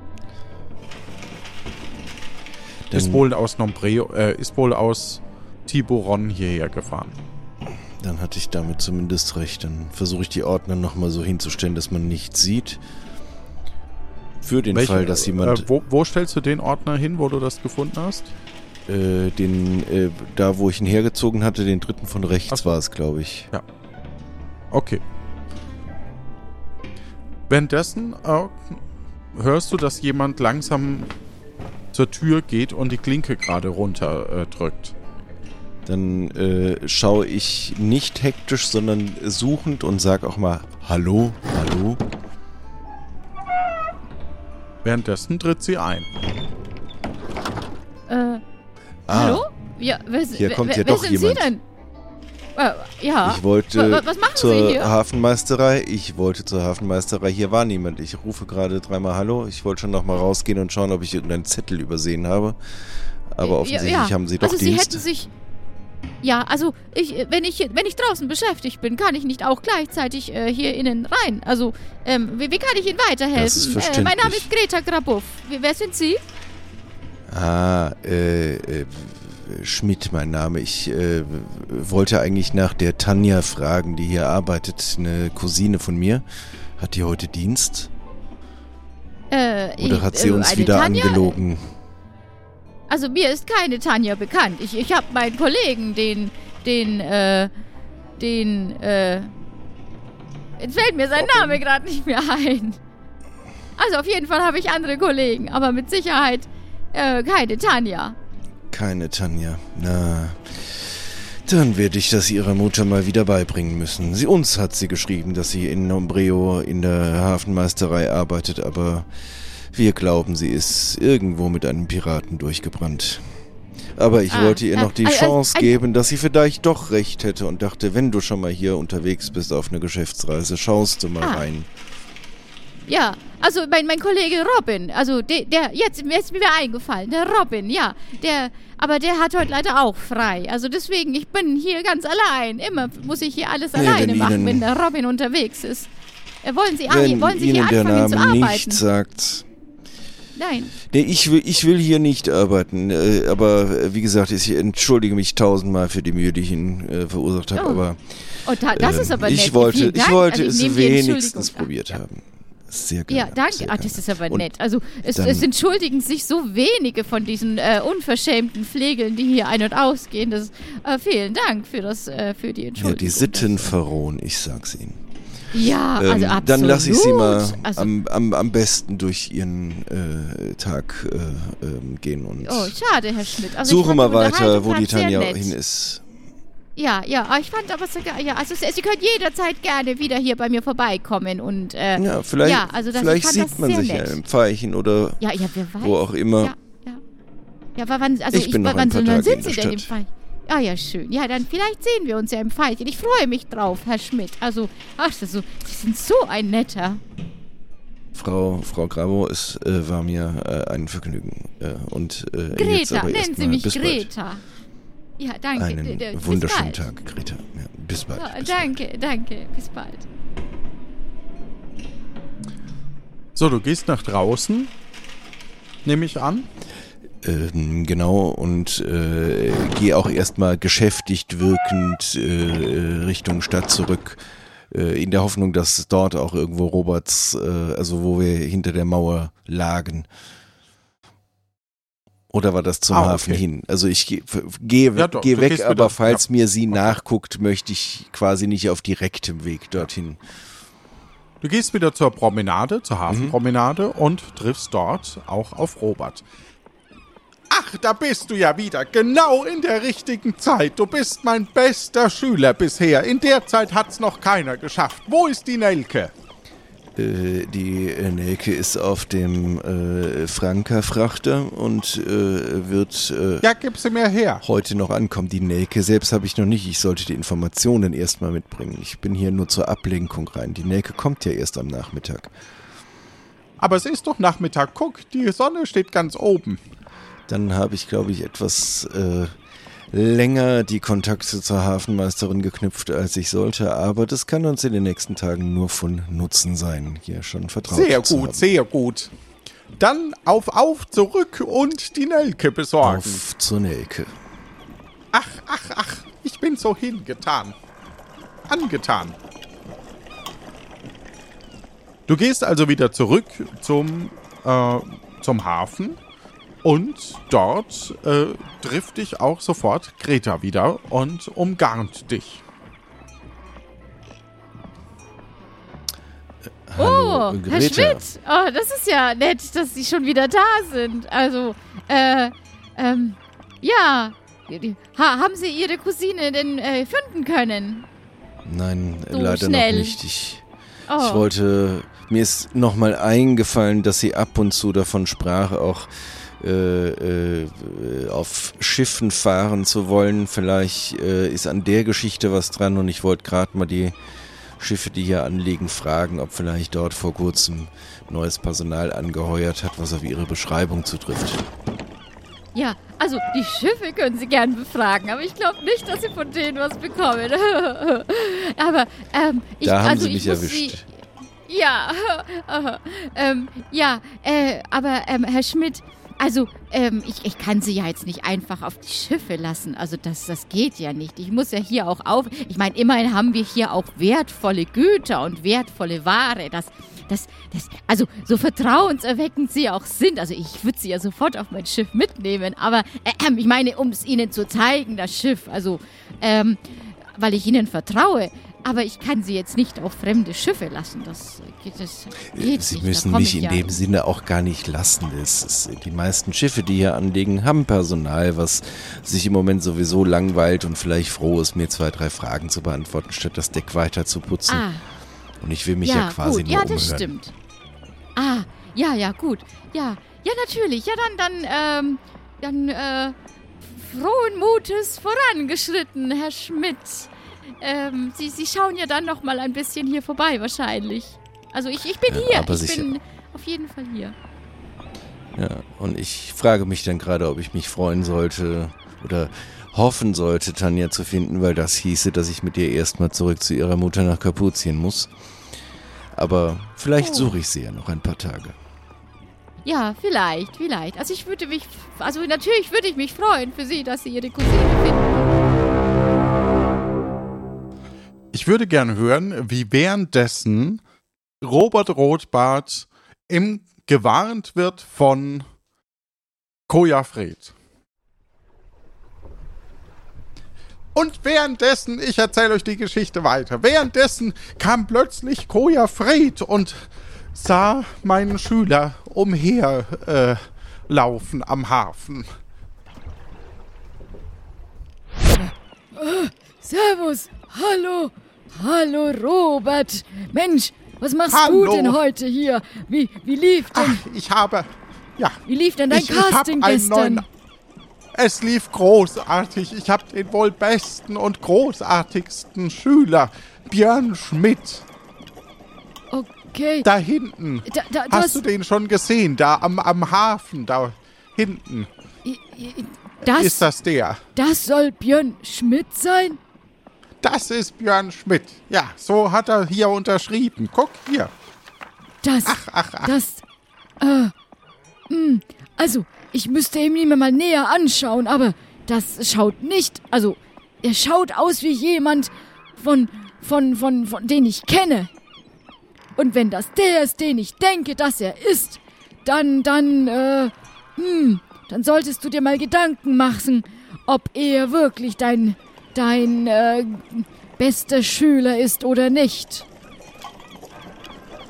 Dann, Ist wohl aus Nombreo, äh, ist wohl aus Tiburon hierher gefahren. dann hatte ich damit zumindest recht. Dann versuche ich die Ordner nochmal so hinzustellen, dass man nichts sieht. Für den Welche, Fall, dass jemand Äh, wo, wo stellst du den Ordner hin, wo du das gefunden hast? äh, den, äh, da wo ich ihn hergezogen hatte, den dritten von rechts Ach so. war es, glaube ich. Okay. Währenddessen äh, hörst du, dass jemand langsam zur Tür geht und die Klinke gerade runter äh, drückt. Dann äh, schaue ich nicht hektisch, sondern suchend und sag auch mal Hallo, hallo. Währenddessen tritt sie ein. Äh, Ah, hallo? Ja, wer, hier wer, kommt wer, ja wer doch sind jemand. Sie denn? Äh, ja. Ich wollte Wa- wa- was machen zur Sie hier? Hafenmeisterei. Ich wollte zur Hafenmeisterei. Hier war niemand. Ich rufe gerade dreimal Hallo. Ich wollte schon noch mal rausgehen und schauen, ob ich irgendeinen Zettel übersehen habe. Aber offensichtlich ja, ja. haben Sie doch also Sie Dienst. hätten sich... Ja, also ich, wenn ich wenn ich draußen beschäftigt bin, kann ich nicht auch gleichzeitig äh, hier innen rein. Also, ähm, wie, wie kann ich Ihnen weiterhelfen? Das ist äh, mein verständlich. Name ist Greta Grabuff. Wie, wer sind Sie? Ah, äh, äh, Schmidt, mein Name. Ich äh, wollte eigentlich nach der Tanja fragen, die hier arbeitet. Eine Cousine von mir. Hat die heute Dienst? Äh, Oder ich, hat sie äh, uns eine wieder Tanja? angelogen? Also mir ist keine Tanja bekannt. Ich, ich habe meinen Kollegen, den, den, äh, den, äh, jetzt fällt mir sein Name gerade nicht mehr ein. Also auf jeden Fall habe ich andere Kollegen, aber mit Sicherheit äh, keine Tanja. Keine Tanja. Na, dann werde ich das ihrer Mutter mal wieder beibringen müssen. Sie uns hat sie geschrieben, dass sie in Nombreo in der Hafenmeisterei arbeitet, aber wir glauben, sie ist irgendwo mit einem Piraten durchgebrannt. Aber ich Ah, wollte ihr ja, noch die ein- Chance ein- geben, dass sie vielleicht doch recht hätte und dachte, wenn du schon mal hier unterwegs bist auf einer Geschäftsreise, schaust du mal Ah. rein. Ja, also mein, mein Kollege Robin, also der, der jetzt mir ist mir wieder eingefallen, der Robin, ja, der, aber der hat heute leider auch frei. Also deswegen, ich bin hier ganz allein. Immer muss ich hier alles Nee, alleine wenn machen, Ihnen- wenn der Robin unterwegs ist. Äh, wollen Sie, ah, Wenn wollen Sie Ihnen hier der anfangen zu Name arbeiten? nichts sagt... Nein. Nee, ich will, ich will hier nicht arbeiten, äh, aber äh, wie gesagt, ich entschuldige mich tausendmal für die Mühe, die ich Ihnen äh, verursacht habe, Oh, aber Oh, da, das ähm, ist aber nett. ich wollte, Vielen Dank. ich wollte Also ich es nehme die wenigstens Entschuldigung an. probiert Ja. haben. Sehr gerne. Ja, danke. sehr Ah, gerne. das ist aber Und nett. Also es, dann- es entschuldigen sich so wenige von diesen äh, unverschämten Pflegeln, die hier ein- und ausgehen. Das, äh, vielen Dank für, das, äh, für die Ja, Entschuldigung. die Sitten Das, verrohen, ich sag's Ihnen. Ja, also Ähm, absolut. dann lasse ich Sie mal Also, am, am, am besten durch Ihren äh, Tag äh, ähm, gehen und oh, schade, Herr Schmidt. Also ich suche fand mal die weiter, Unterhaltung wo die grad sehr Tanja nett. hin ist. Ja, ja, aber ich fand aber sogar, ja, also Sie Sie können jederzeit gerne wieder hier bei mir vorbeikommen und, äh, Ja, vielleicht, ja, also das, vielleicht ich fand sieht das man sehr sich nett. ja im Pfeichen oder Ja, ja, wer weiß. wo auch immer. Ja, ja. Ja, aber wann, also Ich ich, bin noch wann, ein paar wann Tage sind in Sie der denn im Stadt. Fall? Ah ja, schön. Ja, dann vielleicht sehen wir uns ja im Veilchen. Ich freue mich drauf, Herr Schmidt. Also, ach, das ist so, Sie sind so ein netter. Frau, Frau Grabo, es äh, war mir äh, ein Vergnügen. Äh, und äh, jetzt Greta, aber nennen erst Sie mal mich bis Greta. Ja, danke. Bald. D- d- Einen bis wunderschönen bald. Tag, Greta. Ja, bis bald. Ja, bis danke, danke. Bis bald. So, du gehst nach draußen, nehme ich an. Ähm, genau, und äh, gehe auch erstmal geschäftigt wirkend äh, Richtung Stadt zurück, äh, in der Hoffnung, dass dort auch irgendwo Roberts, äh, also wo wir hinter der Mauer lagen. Oder war das zum Ah, Hafen okay. hin? Also ich gehe geh, Ja, doch, geh du weg, gehst aber wieder- falls ja. mir sie Okay. nachguckt, möchte ich quasi nicht auf direktem Weg dorthin. Du gehst wieder zur Promenade, zur Hafenpromenade mhm. und triffst dort auch auf Robert. Ach, da bist du ja wieder, genau in der richtigen Zeit. Du bist mein bester Schüler bisher. In der Zeit hat's noch keiner geschafft. Wo ist die Nelke? Äh, die äh, Nelke ist auf dem äh, Franka-Frachter und äh, wird äh, ja, gib sie mir her. heute noch ankommen. Die Nelke selbst habe ich noch nicht. Ich sollte die Informationen erstmal mitbringen. Ich bin hier nur zur Ablenkung rein. Die Nelke kommt ja erst am Nachmittag. Aber es ist doch Nachmittag. Guck, die Sonne steht ganz oben. Dann habe ich, glaube ich, etwas äh, länger die Kontakte zur Hafenmeisterin geknüpft, als ich sollte. Aber das kann uns in den nächsten Tagen nur von Nutzen sein, hier schon vertraut zu haben. Sehr gut, sehr gut. Dann auf, auf, zurück und die Nelke besorgen. Auf zur Nelke. Ach, ach, ach, ich bin so hingetan. Angetan. Du gehst also wieder zurück zum, äh, zum Hafen. Und dort äh, trifft dich auch sofort Greta wieder und umgarnt dich. Oh, Hallo, Herr Schmidt. Oh, das ist ja nett, dass Sie schon wieder da sind. Also, äh, ähm, ja. Ha, haben Sie Ihre Cousine denn äh, finden können? Nein, so leider schnell. noch nicht. Ich, oh. ich wollte, mir ist nochmal eingefallen, dass sie ab und zu davon sprach, auch Äh, äh, auf Schiffen fahren zu wollen. Vielleicht äh, ist an der Geschichte was dran und ich wollte gerade mal die Schiffe, die hier anlegen, fragen, ob vielleicht dort vor kurzem neues Personal angeheuert hat, was auf ihre Beschreibung zutrifft. Ja, also die Schiffe können Sie gern befragen, aber ich glaube nicht, dass Sie von denen was bekommen. aber, ähm, ich, da haben also Sie mich ich muss erwischt. Sie, ja, ähm, ja, äh, aber ähm, Herr Schmidt, also, ähm, ich, ich kann Sie ja jetzt nicht einfach auf die Schiffe lassen. Also, das, das geht ja nicht. Ich muss ja hier auch auf... Ich meine, immerhin haben wir hier auch wertvolle Güter und wertvolle Ware. Das, das, das... Also, so vertrauenserweckend Sie auch sind. Also, ich würde Sie ja sofort auf mein Schiff mitnehmen. Aber, äh, ich meine, um es Ihnen zu zeigen, das Schiff. Also, ähm, weil ich Ihnen vertraue. Aber ich kann Sie jetzt nicht auf fremde Schiffe lassen. Das geht, das geht Sie nicht. müssen Da komm mich ich in ja. dem Sinne auch gar nicht lassen. Es ist, die meisten Schiffe, die hier anlegen, haben Personal, was sich im Moment sowieso langweilt und vielleicht froh ist, mir zwei, drei Fragen zu beantworten, statt das Deck weiter zu putzen. Ah. Und ich will mich ja, Ja, quasi gut. nur Ja, das umhören. stimmt. Ah, ja, ja, gut. Ja, ja, natürlich. Ja, dann, dann, ähm, dann, äh, frohen Mutes vorangeschritten, Herr Schmidt. Ähm, Sie, Sie schauen ja dann noch mal ein bisschen hier vorbei, wahrscheinlich. Also ich, ich bin Ja, hier. aber Ich sicher. bin auf jeden Fall hier. Ja, und ich frage mich dann gerade, ob ich mich freuen sollte oder hoffen sollte, Tanja zu finden, weil das hieße, dass ich mit ihr erstmal zurück zu ihrer Mutter nach Kapuzien muss. Aber vielleicht Oh. suche ich sie ja noch ein paar Tage. Ja, vielleicht, vielleicht. Also ich würde mich, also natürlich würde ich mich freuen für Sie, dass Sie Ihre Cousine finden. Ich würde gerne hören, wie währenddessen Robert Rotbart im gewarnt wird von Koja Fred. Und währenddessen, ich erzähle euch die Geschichte weiter, währenddessen kam plötzlich Koja Fred und sah meinen Schüler umher äh, laufen am Hafen. Servus, hallo, hallo Robert. Mensch, was machst Hallo. du denn heute hier? Wie, wie lief denn, Ach, ich habe, ja, wie lief denn dein ich, ich hab Casting einen gestern? neuen, es lief großartig. Ich habe den wohl besten und großartigsten Schüler, Björn Schmidt, Okay, da hinten. da, da, du Hast hast, du den schon gesehen? Da am, am Hafen, da hinten. i- i- das, Ist das der? das soll Björn Schmidt sein? Das ist Björn Schmidt. Ja, so hat er hier unterschrieben. Guck hier. Das, Ach, ach, ach. das, äh, mh, also, ich müsste ihn mir mal näher anschauen, aber das schaut nicht, also, er schaut aus wie jemand von, von, von, von, den ich kenne. Und wenn das der ist, den ich denke, dass er ist, dann, dann, äh, hm, dann solltest du dir mal Gedanken machen, ob er wirklich dein, dein, äh, bester Schüler ist oder nicht.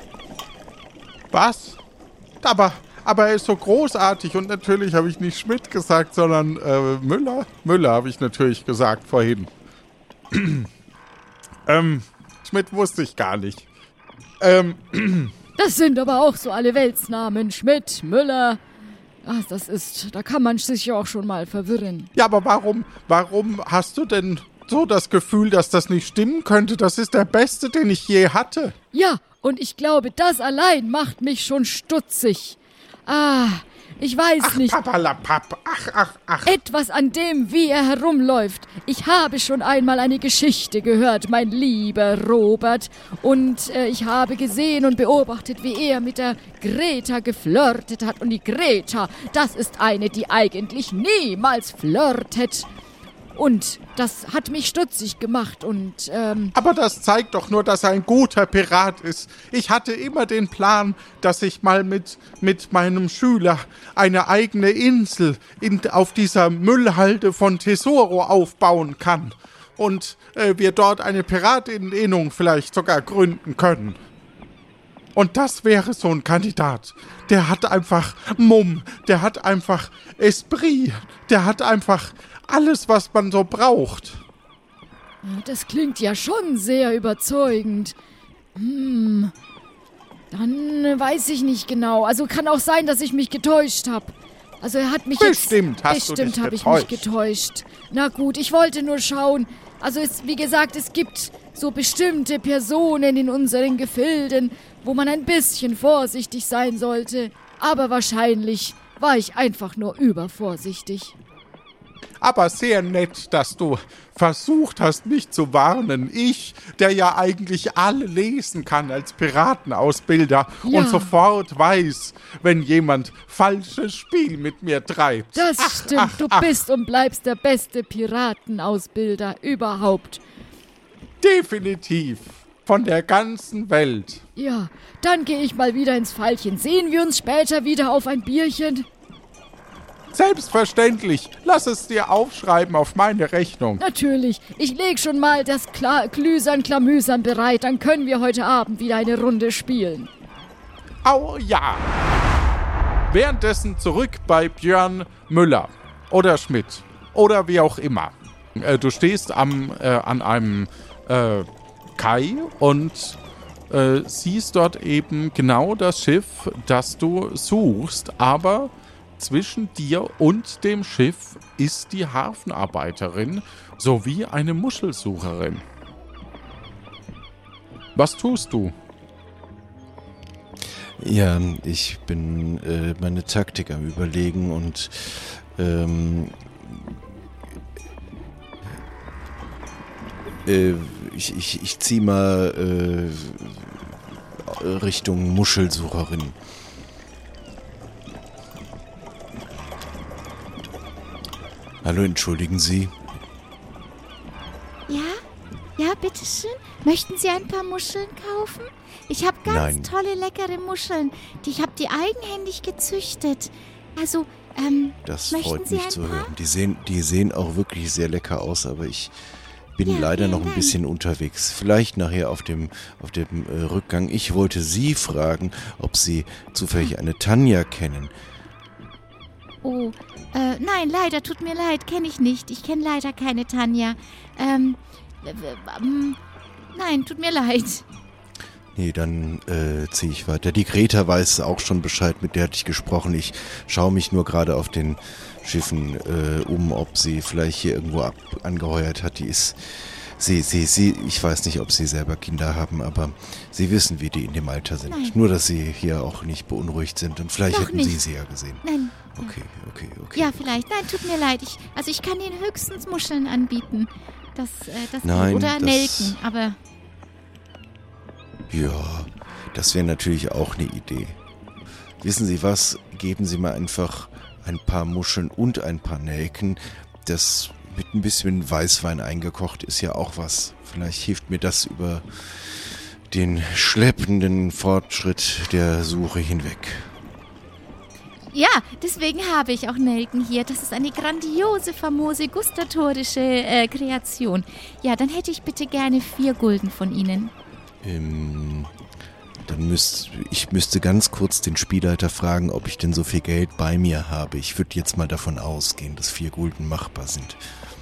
Was? Aber, aber er ist so großartig und natürlich habe ich nicht Schmidt gesagt, sondern äh, Müller. Müller habe ich natürlich gesagt vorhin. ähm, Schmidt wusste ich gar nicht. Ähm, Das sind aber auch so alle Weltsnamen. Schmidt, Müller. Ach, das ist, da kann man sich ja auch schon mal verwirren. ja, aber warum, warum hast du denn so das Gefühl, dass das nicht stimmen könnte? Das ist der beste, den ich je hatte. Ja, und ich glaube, das allein macht mich schon stutzig. Ah, ich weiß Ach, nicht. papalapap. Ach, ach, ach. Etwas an dem, wie er herumläuft. Ich habe schon einmal eine Geschichte gehört, mein lieber Robert. Und äh, ich habe gesehen und beobachtet, wie er mit der Greta geflirtet hat. Und die Greta, das ist eine, die eigentlich niemals flirtet. Und das hat mich stutzig gemacht und, ähm... Aber das zeigt doch nur, dass er ein guter Pirat ist. Ich hatte immer den Plan, dass ich mal mit, mit meinem Schüler eine eigene Insel in, auf dieser Müllhalde von Tesoro aufbauen kann. Und äh, wir dort eine Pirateninnung vielleicht sogar gründen können. Und das wäre so ein Kandidat. Der hat einfach Mumm, der hat einfach Esprit, der hat einfach alles, was man so braucht. Das klingt ja schon sehr überzeugend. Hm, dann weiß ich nicht genau. Also kann auch sein, dass ich mich getäuscht habe. Also er hat mich Bestimmt jetzt... hast du dich Bestimmt habe ich getäuscht. mich getäuscht. Na gut, ich wollte nur schauen. Also es, wie gesagt, es gibt so bestimmte Personen in unseren Gefilden, wo man ein bisschen vorsichtig sein sollte. Aber wahrscheinlich war ich einfach nur übervorsichtig. Aber sehr nett, dass du versucht hast, mich zu warnen. Ich, der ja eigentlich alle lesen kann als Piratenausbilder Ja. und sofort weiß, wenn jemand falsches Spiel mit mir treibt. Das Ach, stimmt, ach, du ach, bist und bleibst der beste Piratenausbilder überhaupt. definitiv. Von der ganzen Welt. Ja, dann gehe ich mal wieder ins Veilchen. Sehen wir uns später wieder auf ein Bierchen? Selbstverständlich. Lass es dir aufschreiben auf meine Rechnung. Natürlich. Ich leg schon mal das Kla Klüsern Klamüsern bereit. Dann können wir heute Abend wieder eine Runde spielen. Au ja. Währenddessen zurück bei Björn Müller oder Schmidt oder wie auch immer. Äh, du stehst am, äh, an einem äh, Kai und äh, siehst dort eben genau das Schiff, das du suchst, aber zwischen dir und dem Schiff ist die Hafenarbeiterin sowie eine Muschelsucherin. Was tust du? Ja, ich bin äh, meine Taktik am Überlegen und ähm, äh, ich, ich, ich zieh mal äh, Richtung Muschelsucherin. Hallo, entschuldigen Sie. Ja? Ja, bitteschön. Möchten Sie ein paar Muscheln kaufen? Ich habe ganz Nein. tolle, leckere Muscheln. Die, ich habe die eigenhändig gezüchtet. Also, ähm, Das möchten freut Sie mich ein zu paar? hören. Die sehen, die sehen auch wirklich sehr lecker aus, aber ich bin Ja, leider vielen noch ein Dank. bisschen unterwegs. Vielleicht nachher auf dem, auf dem äh, Rückgang. Ich wollte Sie fragen, ob Sie zufällig eine Tanja kennen. Oh, äh, nein, leider, tut mir leid, kenne ich nicht. Ich kenne leider keine Tanja. Ähm, äh, äh, ähm, nein, tut mir leid. Nee, dann äh, ziehe ich weiter. Die Greta weiß auch schon Bescheid, mit der hatte ich gesprochen. Ich schaue mich nur gerade auf den Schiffen äh, um, ob sie vielleicht hier irgendwo ab angeheuert hat. Die ist, sie, sie, sie, ich weiß nicht, ob sie selber Kinder haben, aber sie wissen, wie die in dem Alter sind. Nein. Nur, dass sie hier auch nicht beunruhigt sind und vielleicht Doch hätten sie nicht. sie ja gesehen. Nein. Okay, okay, okay. Ja, vielleicht. Nein, tut mir leid. Ich, also ich kann Ihnen höchstens Muscheln anbieten. Das, äh, das Nein, oder das- Nelken, aber Ja, das wäre natürlich auch eine Idee. Wissen Sie was? Geben Sie mal einfach ein paar Muscheln und ein paar Nelken. Das mit ein bisschen Weißwein eingekocht ist ja auch was. Vielleicht hilft mir das über den schleppenden Fortschritt der Suche hinweg. ja, deswegen habe ich auch Nelken hier. Das ist eine grandiose, famose, gustatorische äh, Kreation. Ja, dann hätte ich bitte gerne vier Gulden von Ihnen. Ähm, Dann müsst, ich müsste ganz kurz den Spielleiter fragen, ob ich denn so viel Geld bei mir habe. Ich würde jetzt mal davon ausgehen, dass vier Gulden machbar sind.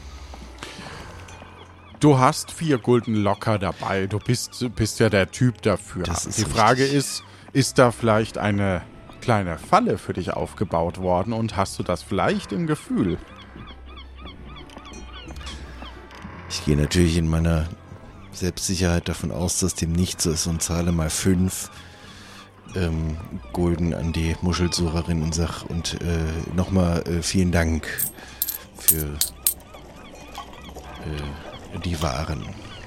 Du hast vier Gulden locker dabei. Du bist, bist ja der Typ dafür. Das ist Die Frage richtig. ist, ist da vielleicht eine kleine Falle für dich aufgebaut worden und hast du das vielleicht im Gefühl? Ich gehe natürlich in meiner Selbstsicherheit davon aus, dass dem nicht so ist und zahle mal fünf ähm, Gulden an die Muschelsucherin und sag und äh, nochmal äh, vielen Dank für äh, die Waren.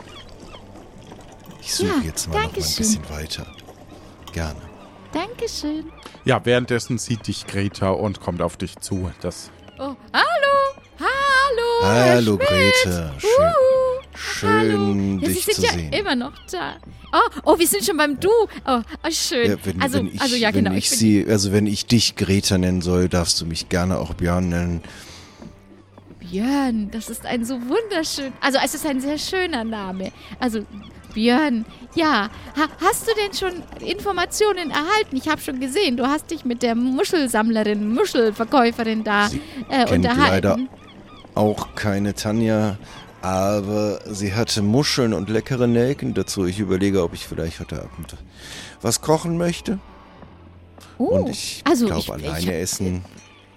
Ich suche Ja, jetzt mal noch mal ein Dankeschön. bisschen weiter. Gerne. Dankeschön. Ja, währenddessen sieht dich Greta und kommt auf dich zu. Das Oh, hallo, hallo, Herr Hallo Schmidt. Greta, schön, Uhu. schön Ja, Sie dich sind zu ja sehen. immer noch da. Oh, oh, wir sind schon beim Du. Oh, oh schön. Ja, wenn, also, wenn ich, also ja, wenn genau. ich bin sie, also wenn ich dich Greta nennen soll, darfst du mich gerne auch Björn nennen. Björn, das ist ein so wunderschön. Also es ist ein sehr schöner Name. Also Björn, ja. Ha, hast du denn schon Informationen erhalten? Ich habe schon gesehen, du hast dich mit der Muschelsammlerin, Muschelverkäuferin da Sie äh, kennt unterhalten. leider auch keine Tanja, aber sie hatte Muscheln und leckere Nelken dazu. Ich überlege, ob ich vielleicht heute Abend was kochen möchte. Oh, Und ich also glaube, ich- alleine ich- essen.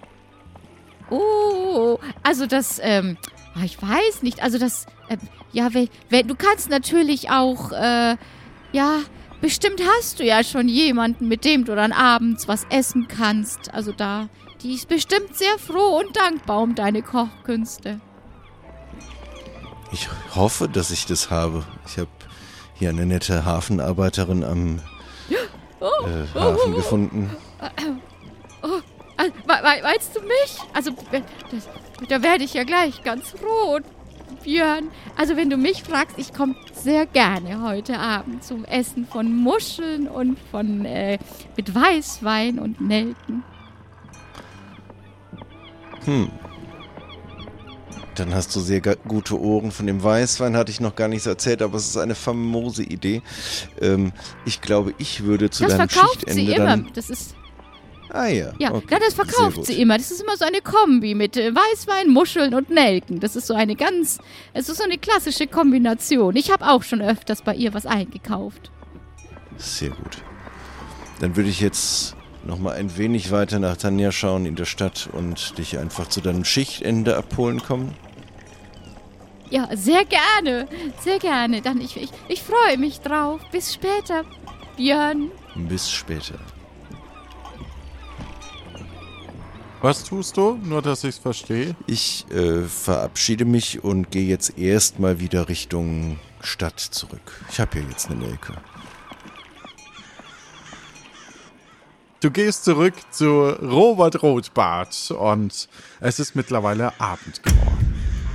Oh, also das, ähm, ah, ich weiß nicht, also das, äh, ja, wenn, wenn, du kannst natürlich auch, äh, ja, bestimmt hast du ja schon jemanden, mit dem du dann abends was essen kannst. Also da, die ist bestimmt sehr froh und dankbar um deine Kochkünste. Ich hoffe, dass ich das habe. Ich habe hier eine nette Hafenarbeiterin am äh, Hafen gefunden. Also, we we weißt du mich? Also, we- das, da werde ich ja gleich ganz rot, Björn. Also, wenn du mich fragst, ich komme sehr gerne heute Abend zum Essen von Muscheln und von, äh, mit Weißwein und Nelken. Hm. Dann hast du sehr ga- gute Ohren. Von dem Weißwein hatte ich noch gar nichts erzählt, aber es ist eine famose Idee. Ähm, ich glaube, ich würde zu Das deinem verkauft Schichtende sie immer. dann... Das ist, Ah ja, ja, okay. ja, das Sehr verkauft gut. sie immer. Das ist immer so eine Kombi mit äh, Weißwein, Muscheln und Nelken. Das ist so eine ganz, es ist so eine klassische Kombination. Ich habe auch schon öfters bei ihr was eingekauft. Sehr gut. Dann würde ich jetzt noch mal ein wenig weiter nach Tanja schauen in der Stadt und dich einfach zu deinem Schichtende abholen kommen. Ja, sehr gerne. Sehr gerne. Dann ich, ich, ich freue mich drauf. Bis später, Björn. Bis später. Was tust du? Nur, dass ich es verstehe. Ich äh, verabschiede mich und gehe jetzt erstmal wieder Richtung Stadt zurück. Ich habe ja jetzt eine Nelke. Du gehst zurück zu Robert Rotbart und es ist mittlerweile Abend geworden.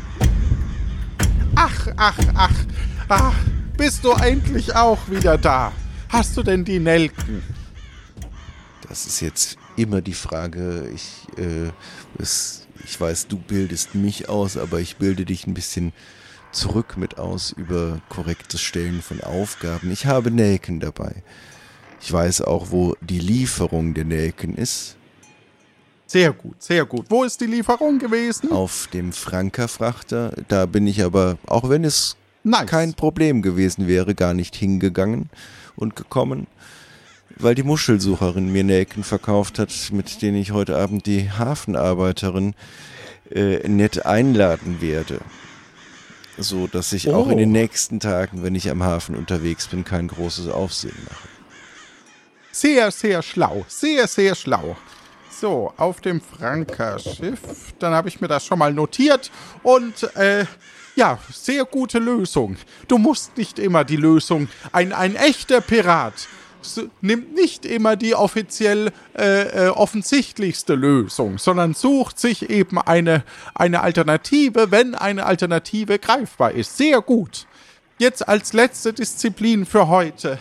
Ach, ach, ach, ach, bist du endlich auch wieder da? Hast du denn die Nelken? Das ist jetzt immer die Frage. Ich, äh, es, ich weiß, du bildest mich aus, aber ich bilde dich ein bisschen zurück mit aus über korrektes Stellen von Aufgaben. Ich habe Nelken dabei. Ich weiß auch, wo die Lieferung der Nelken ist. Sehr gut, sehr gut. Wo ist die Lieferung gewesen? Auf dem Franker-Frachter. Da bin ich aber, auch wenn es Nice. kein Problem gewesen wäre, gar nicht hingegangen und gekommen, weil die Muschelsucherin mir Nelken verkauft hat, mit denen ich heute Abend die Hafenarbeiterin äh, nett einladen werde. So, dass ich Oh. auch in den nächsten Tagen, wenn ich am Hafen unterwegs bin, kein großes Aufsehen mache. Sehr, sehr schlau. Sehr, sehr schlau. So, auf dem Franker-Schiff. Dann habe ich mir das schon mal notiert. Und, äh, ja, sehr gute Lösung. Du musst nicht immer die Lösung. Ein, ein echter Pirat s- nimmt nicht immer die offiziell äh, äh, offensichtlichste Lösung, sondern sucht sich eben eine, eine Alternative, wenn eine Alternative greifbar ist. Sehr gut. Jetzt als letzte Disziplin für heute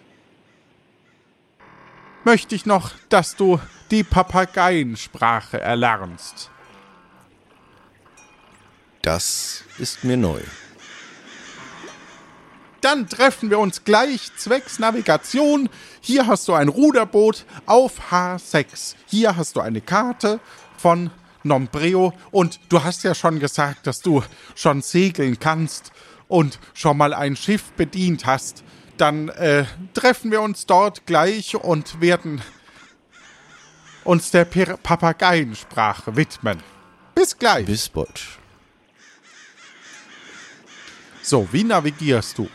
möchte ich noch, dass du die Papageiensprache erlernst. Das ist mir neu. dann treffen wir uns gleich zwecks Navigation. Hier hast du ein Ruderboot auf H sechs. Hier hast du eine Karte von Nombreo. Und du hast ja schon gesagt, dass du schon segeln kannst und schon mal ein Schiff bedient hast. Dann äh, treffen wir uns dort gleich und werden uns der Pir- Papageiensprache widmen. Bis gleich. Bis bald. So, wie navigierst du?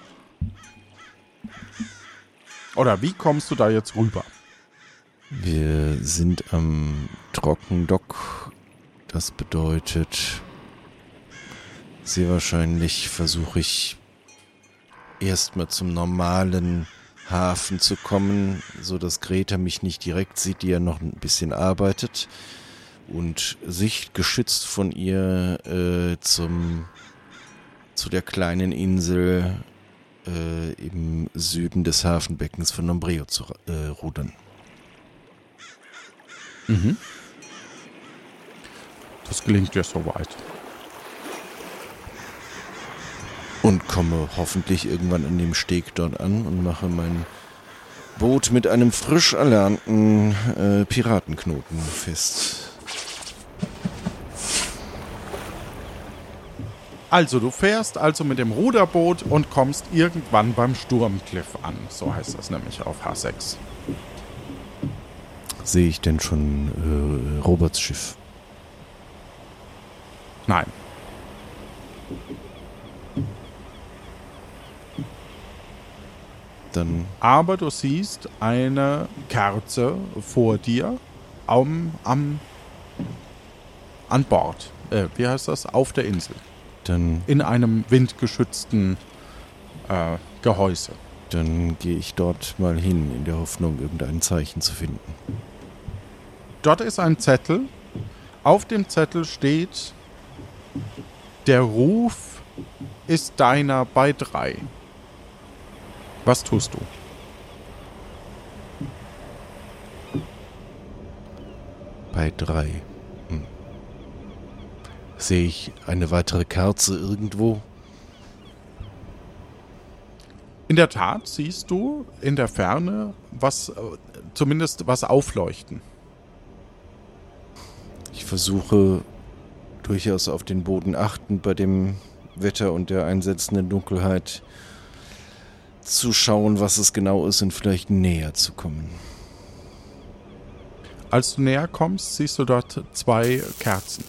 Oder wie kommst du da jetzt rüber? Wir sind am Trockendock. Das bedeutet, sehr wahrscheinlich versuche ich erstmal zum normalen Hafen zu kommen, so dass Greta mich nicht direkt sieht, die ja noch ein bisschen arbeitet, und sichtgeschützt von ihr äh, zum zu der kleinen Insel äh, im Süden des Hafenbeckens von Nombreo zu äh, rudern. Mhm. Das gelingt dir soweit. Und komme hoffentlich irgendwann an dem Steg dort an und mache mein Boot mit einem frisch erlernten äh, Piratenknoten fest. Also, du fährst also mit dem Ruderboot und kommst irgendwann beim Sturmcliff an. So heißt das nämlich auf H sechs. Sehe ich denn schon äh, Roberts Schiff? Nein. Dann Aber du siehst eine Kerze vor dir am, am, an Bord. Äh, wie heißt das? Auf der Insel. Dann, In einem windgeschützten äh, Gehäuse. dann gehe ich dort mal hin, in der Hoffnung, irgendein Zeichen zu finden. Dort ist ein Zettel. Auf dem Zettel steht: Der Ruf ist deiner bei drei. Was tust du? Bei drei. Hm. Sehe ich eine weitere Kerze irgendwo? In der Tat siehst du in der Ferne was, äh, zumindest was aufleuchten. Ich versuche durchaus auf den Boden achtend bei dem Wetter und der einsetzenden Dunkelheit zu schauen, was es genau ist und vielleicht näher zu kommen. Als du näher kommst, siehst du dort zwei Kerzen.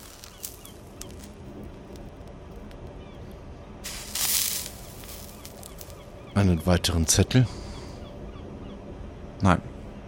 Einen weiteren Zettel? Nein.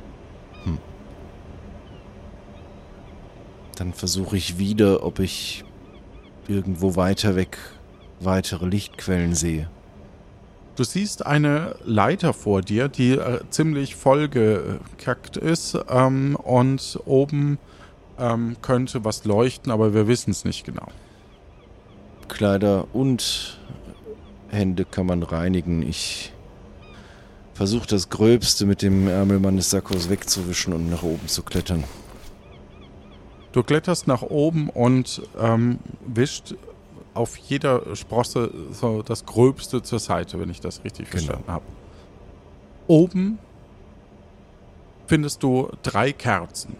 Dann versuche ich wieder, ob ich irgendwo weiter weg weitere Lichtquellen sehe. Du siehst eine Leiter vor dir, die äh, ziemlich vollgekackt ist ähm, und oben ähm, könnte was leuchten, aber wir wissen es nicht genau. Kleider und Hände kann man reinigen. Ich versuche das Gröbste mit dem Ärmel meines Sakkos wegzuwischen und nach oben zu klettern. Du kletterst nach oben und ähm, wischt auf jeder Sprosse so das Gröbste zur Seite, wenn ich das richtig Genau. verstanden habe. Oben findest du drei Kerzen.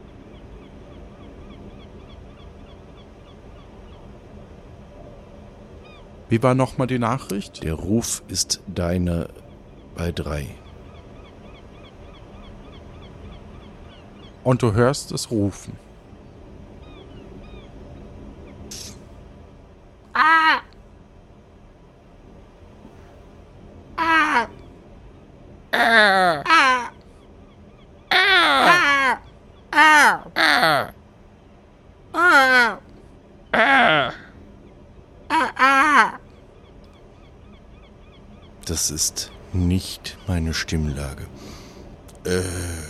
Wie war nochmal die Nachricht? Der Ruf ist deiner bei drei. Und du hörst es rufen. Das ist nicht meine Stimmlage. Äh.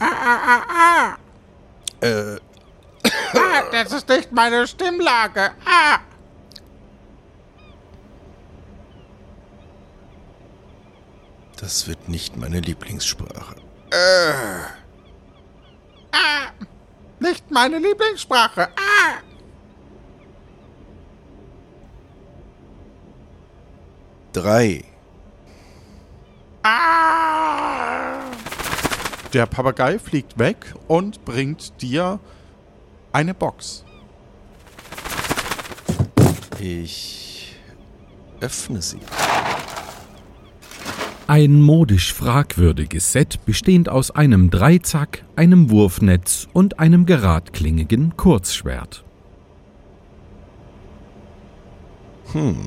Äh. Das ist nicht meine Stimmlage. Ah! Das wird nicht meine Lieblingssprache. Nicht meine Lieblingssprache. Ah! Drei. der Papagei fliegt weg und bringt dir eine Box. Ich öffne sie. Ein modisch fragwürdiges Set, bestehend aus einem Dreizack, einem Wurfnetz und einem geradklingige Kurzschwert. Hm.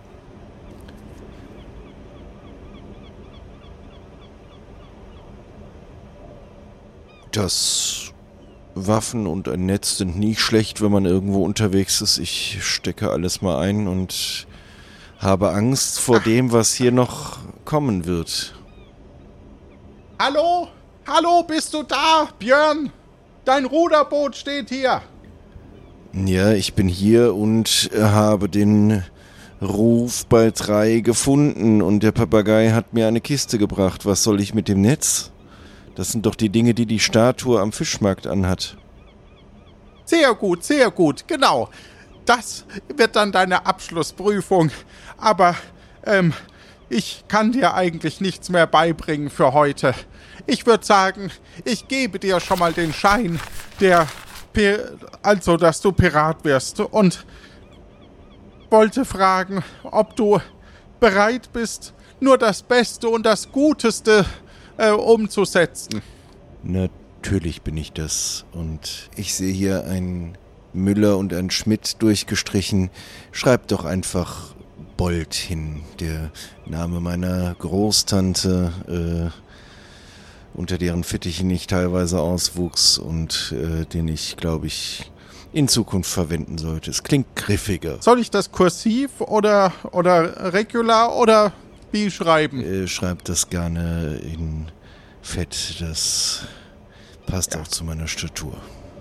Das Waffen und ein Netz sind nie schlecht, wenn man irgendwo unterwegs ist. Ich stecke alles mal ein und habe Angst vor Ach. dem, was hier noch kommen wird. Hallo? Hallo, bist du da, Björn? Dein Ruderboot steht hier. Ja, ich bin hier und habe den Ruf bei drei gefunden und der Papagei hat mir eine Kiste gebracht. Was soll ich mit dem Netz? Das sind doch die Dinge, die die Statue am Fischmarkt anhat. Sehr gut, sehr gut, genau. Das wird dann deine Abschlussprüfung. Aber ähm, ich kann dir eigentlich nichts mehr beibringen für heute. Ich würde sagen, ich gebe dir schon mal den Schein, der, also dass du Pirat wirst. Und wollte fragen, ob du bereit bist, nur das Beste und das Guteste äh, umzusetzen. Natürlich bin ich das. Und ich sehe hier ein Müller und ein Schmidt durchgestrichen. Schreib doch einfach Bold hin, der Name meiner Großtante, äh, unter deren Fittichen ich teilweise auswuchs und äh, den ich, glaube ich, in Zukunft verwenden sollte. Es klingt griffiger. Soll ich das kursiv oder, oder regular oder wie schreiben? Äh, schreib das gerne in Fett, das passt ja auch zu meiner Statur.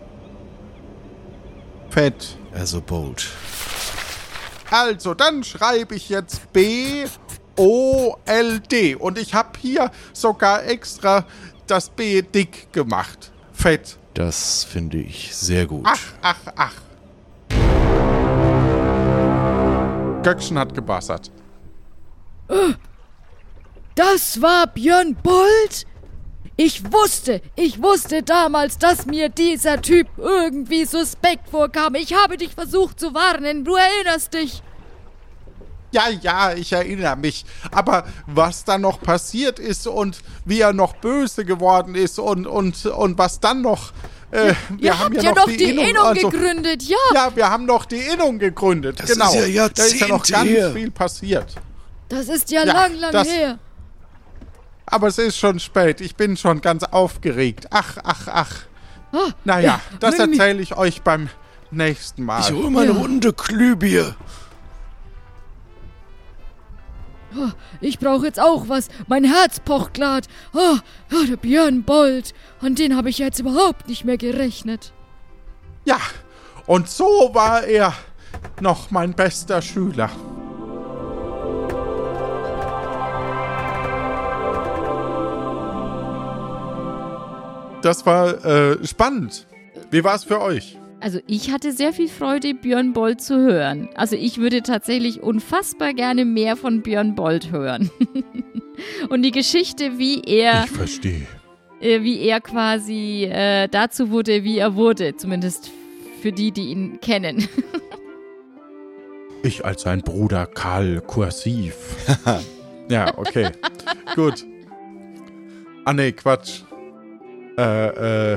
Fett. Also bold. Also, dann schreibe ich jetzt B O L D. Und ich habe hier sogar extra das B dick gemacht. Fett. Das finde ich sehr gut. Ach, ach, ach. Göckchen hat gebassert. Das war Björn Bold? Ich wusste, ich wusste damals, dass mir dieser Typ irgendwie suspekt vorkam. Ich habe dich versucht zu warnen, du erinnerst dich. Ja, ja, ich erinnere mich. Aber was dann noch passiert ist und wie er noch böse geworden ist und, und, und was dann noch... Äh, wir Ihr haben habt ja ja noch noch die, die Innung, Innung also, gegründet, ja. Ja, wir haben noch die Innung gegründet, das genau. Ist ja Jahrzehnte da ist ja noch ganz her. viel passiert. Das ist ja, Ja, lang, lang das- her. Aber es ist schon spät. Ich bin schon ganz aufgeregt. Ach, ach, ach. Ah, Naja, ja, das Mimi. erzähle ich euch beim nächsten Mal. Ich hole mal eine Ja. Runde Glühbier. Ich brauche jetzt auch was. Mein Herz pocht grad. Oh, oh, der Björn Bold. An den habe ich jetzt überhaupt nicht mehr gerechnet. Ja, und so war er noch mein bester Schüler. Das war äh, spannend. Wie war es für euch? Also ich hatte sehr viel Freude, Björn Bold zu hören. Also ich würde tatsächlich unfassbar gerne mehr von Björn Bold hören. Und die Geschichte, wie er, Ich verstehe. äh, wie er quasi äh, dazu wurde, wie er wurde. Zumindest für die, die ihn kennen. Ich als sein Bruder Karl Kursiv. Ja, okay. Gut. Ah, nee, Quatsch. Äh, äh.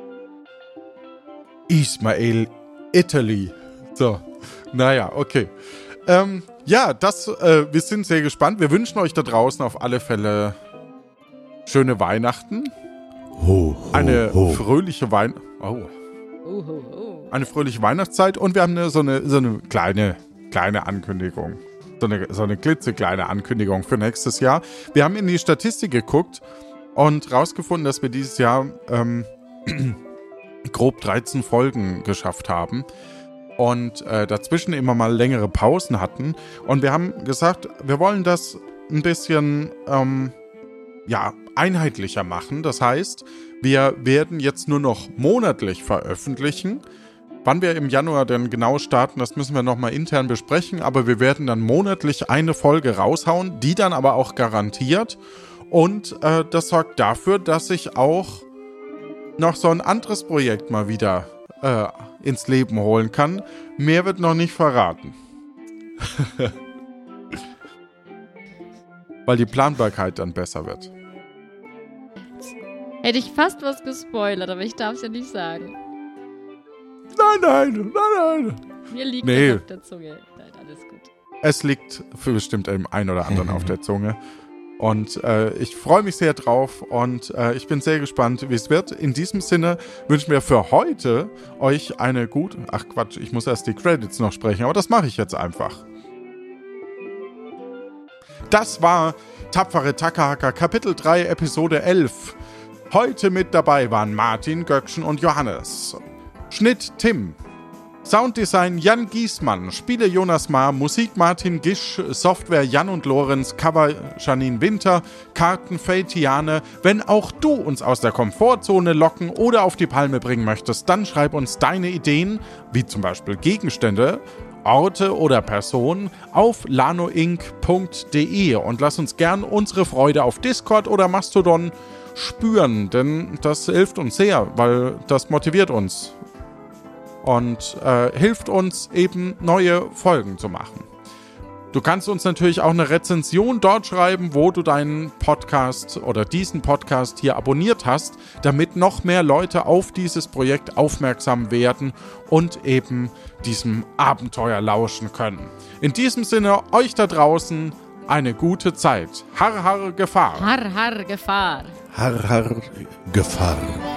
Ismail Italy. So. Naja, okay. Ähm, ja, das, äh, wir sind sehr gespannt. Wir wünschen euch da draußen auf alle Fälle schöne Weihnachten. Ho, ho, Eine ho. fröhliche Wein... Oh. Oh, oh, oh. Eine fröhliche Weihnachtszeit und wir haben eine, so, eine, so eine kleine, kleine Ankündigung. So eine, so eine klitzekleine Ankündigung für nächstes Jahr. Wir haben in die Statistik geguckt und rausgefunden, dass wir dieses Jahr ähm, grob dreizehn Folgen geschafft haben und äh, dazwischen immer mal längere Pausen hatten. Und wir haben gesagt, wir wollen das ein bisschen ähm, ja, einheitlicher machen. Das heißt, wir werden jetzt nur noch monatlich veröffentlichen. Wann wir im Januar denn genau starten, das müssen wir nochmal intern besprechen. Aber wir werden dann monatlich eine Folge raushauen, die dann aber auch garantiert. Und äh, das sorgt dafür, dass ich auch noch so ein anderes Projekt mal wieder äh, ins Leben holen kann. Mehr wird noch nicht verraten. Weil die Planbarkeit dann besser wird. Hätte ich fast was gespoilert, aber ich darf es ja nicht sagen. Nein, nein, nein, nein. Mir liegt Nee. das auf der Zunge. Nein, alles gut. Es liegt für bestimmt dem einen oder anderen auf der Zunge. Und äh, ich freue mich sehr drauf und äh, ich bin sehr gespannt, wie es wird. In diesem Sinne wünschen wir für heute euch eine gute... Ach Quatsch, ich muss erst die Credits noch sprechen, aber das mache ich jetzt einfach. Das war Tapfere Takahaka, Kapitel drei, Episode elf. Heute mit dabei waren Martin, Göckchen und Johannes. Schnitt Tim. Sounddesign Jan Giesmann, Spiele Jonas Maar, Musik Martin Gisch, Software Jan und Lorenz, Cover Janine Winter, Karten Faye-Tiane. Wenn auch du uns aus der Komfortzone locken oder auf die Palme bringen möchtest, dann schreib uns deine Ideen, wie zum Beispiel Gegenstände, Orte oder Personen, auf lanoinc punkt de und lass uns gern unsere Freude auf Discord oder Mastodon spüren, denn das hilft uns sehr, weil das motiviert uns. Und äh, hilft uns eben, neue Folgen zu machen. Du kannst uns natürlich auch eine Rezension dort schreiben, wo du deinen Podcast oder diesen Podcast hier abonniert hast, damit noch mehr Leute auf dieses Projekt aufmerksam werden und eben diesem Abenteuer lauschen können. In diesem Sinne, euch da draußen eine gute Zeit. Har, har, Gefahr. Har, har, Gefahr. Har, har, Gefahr.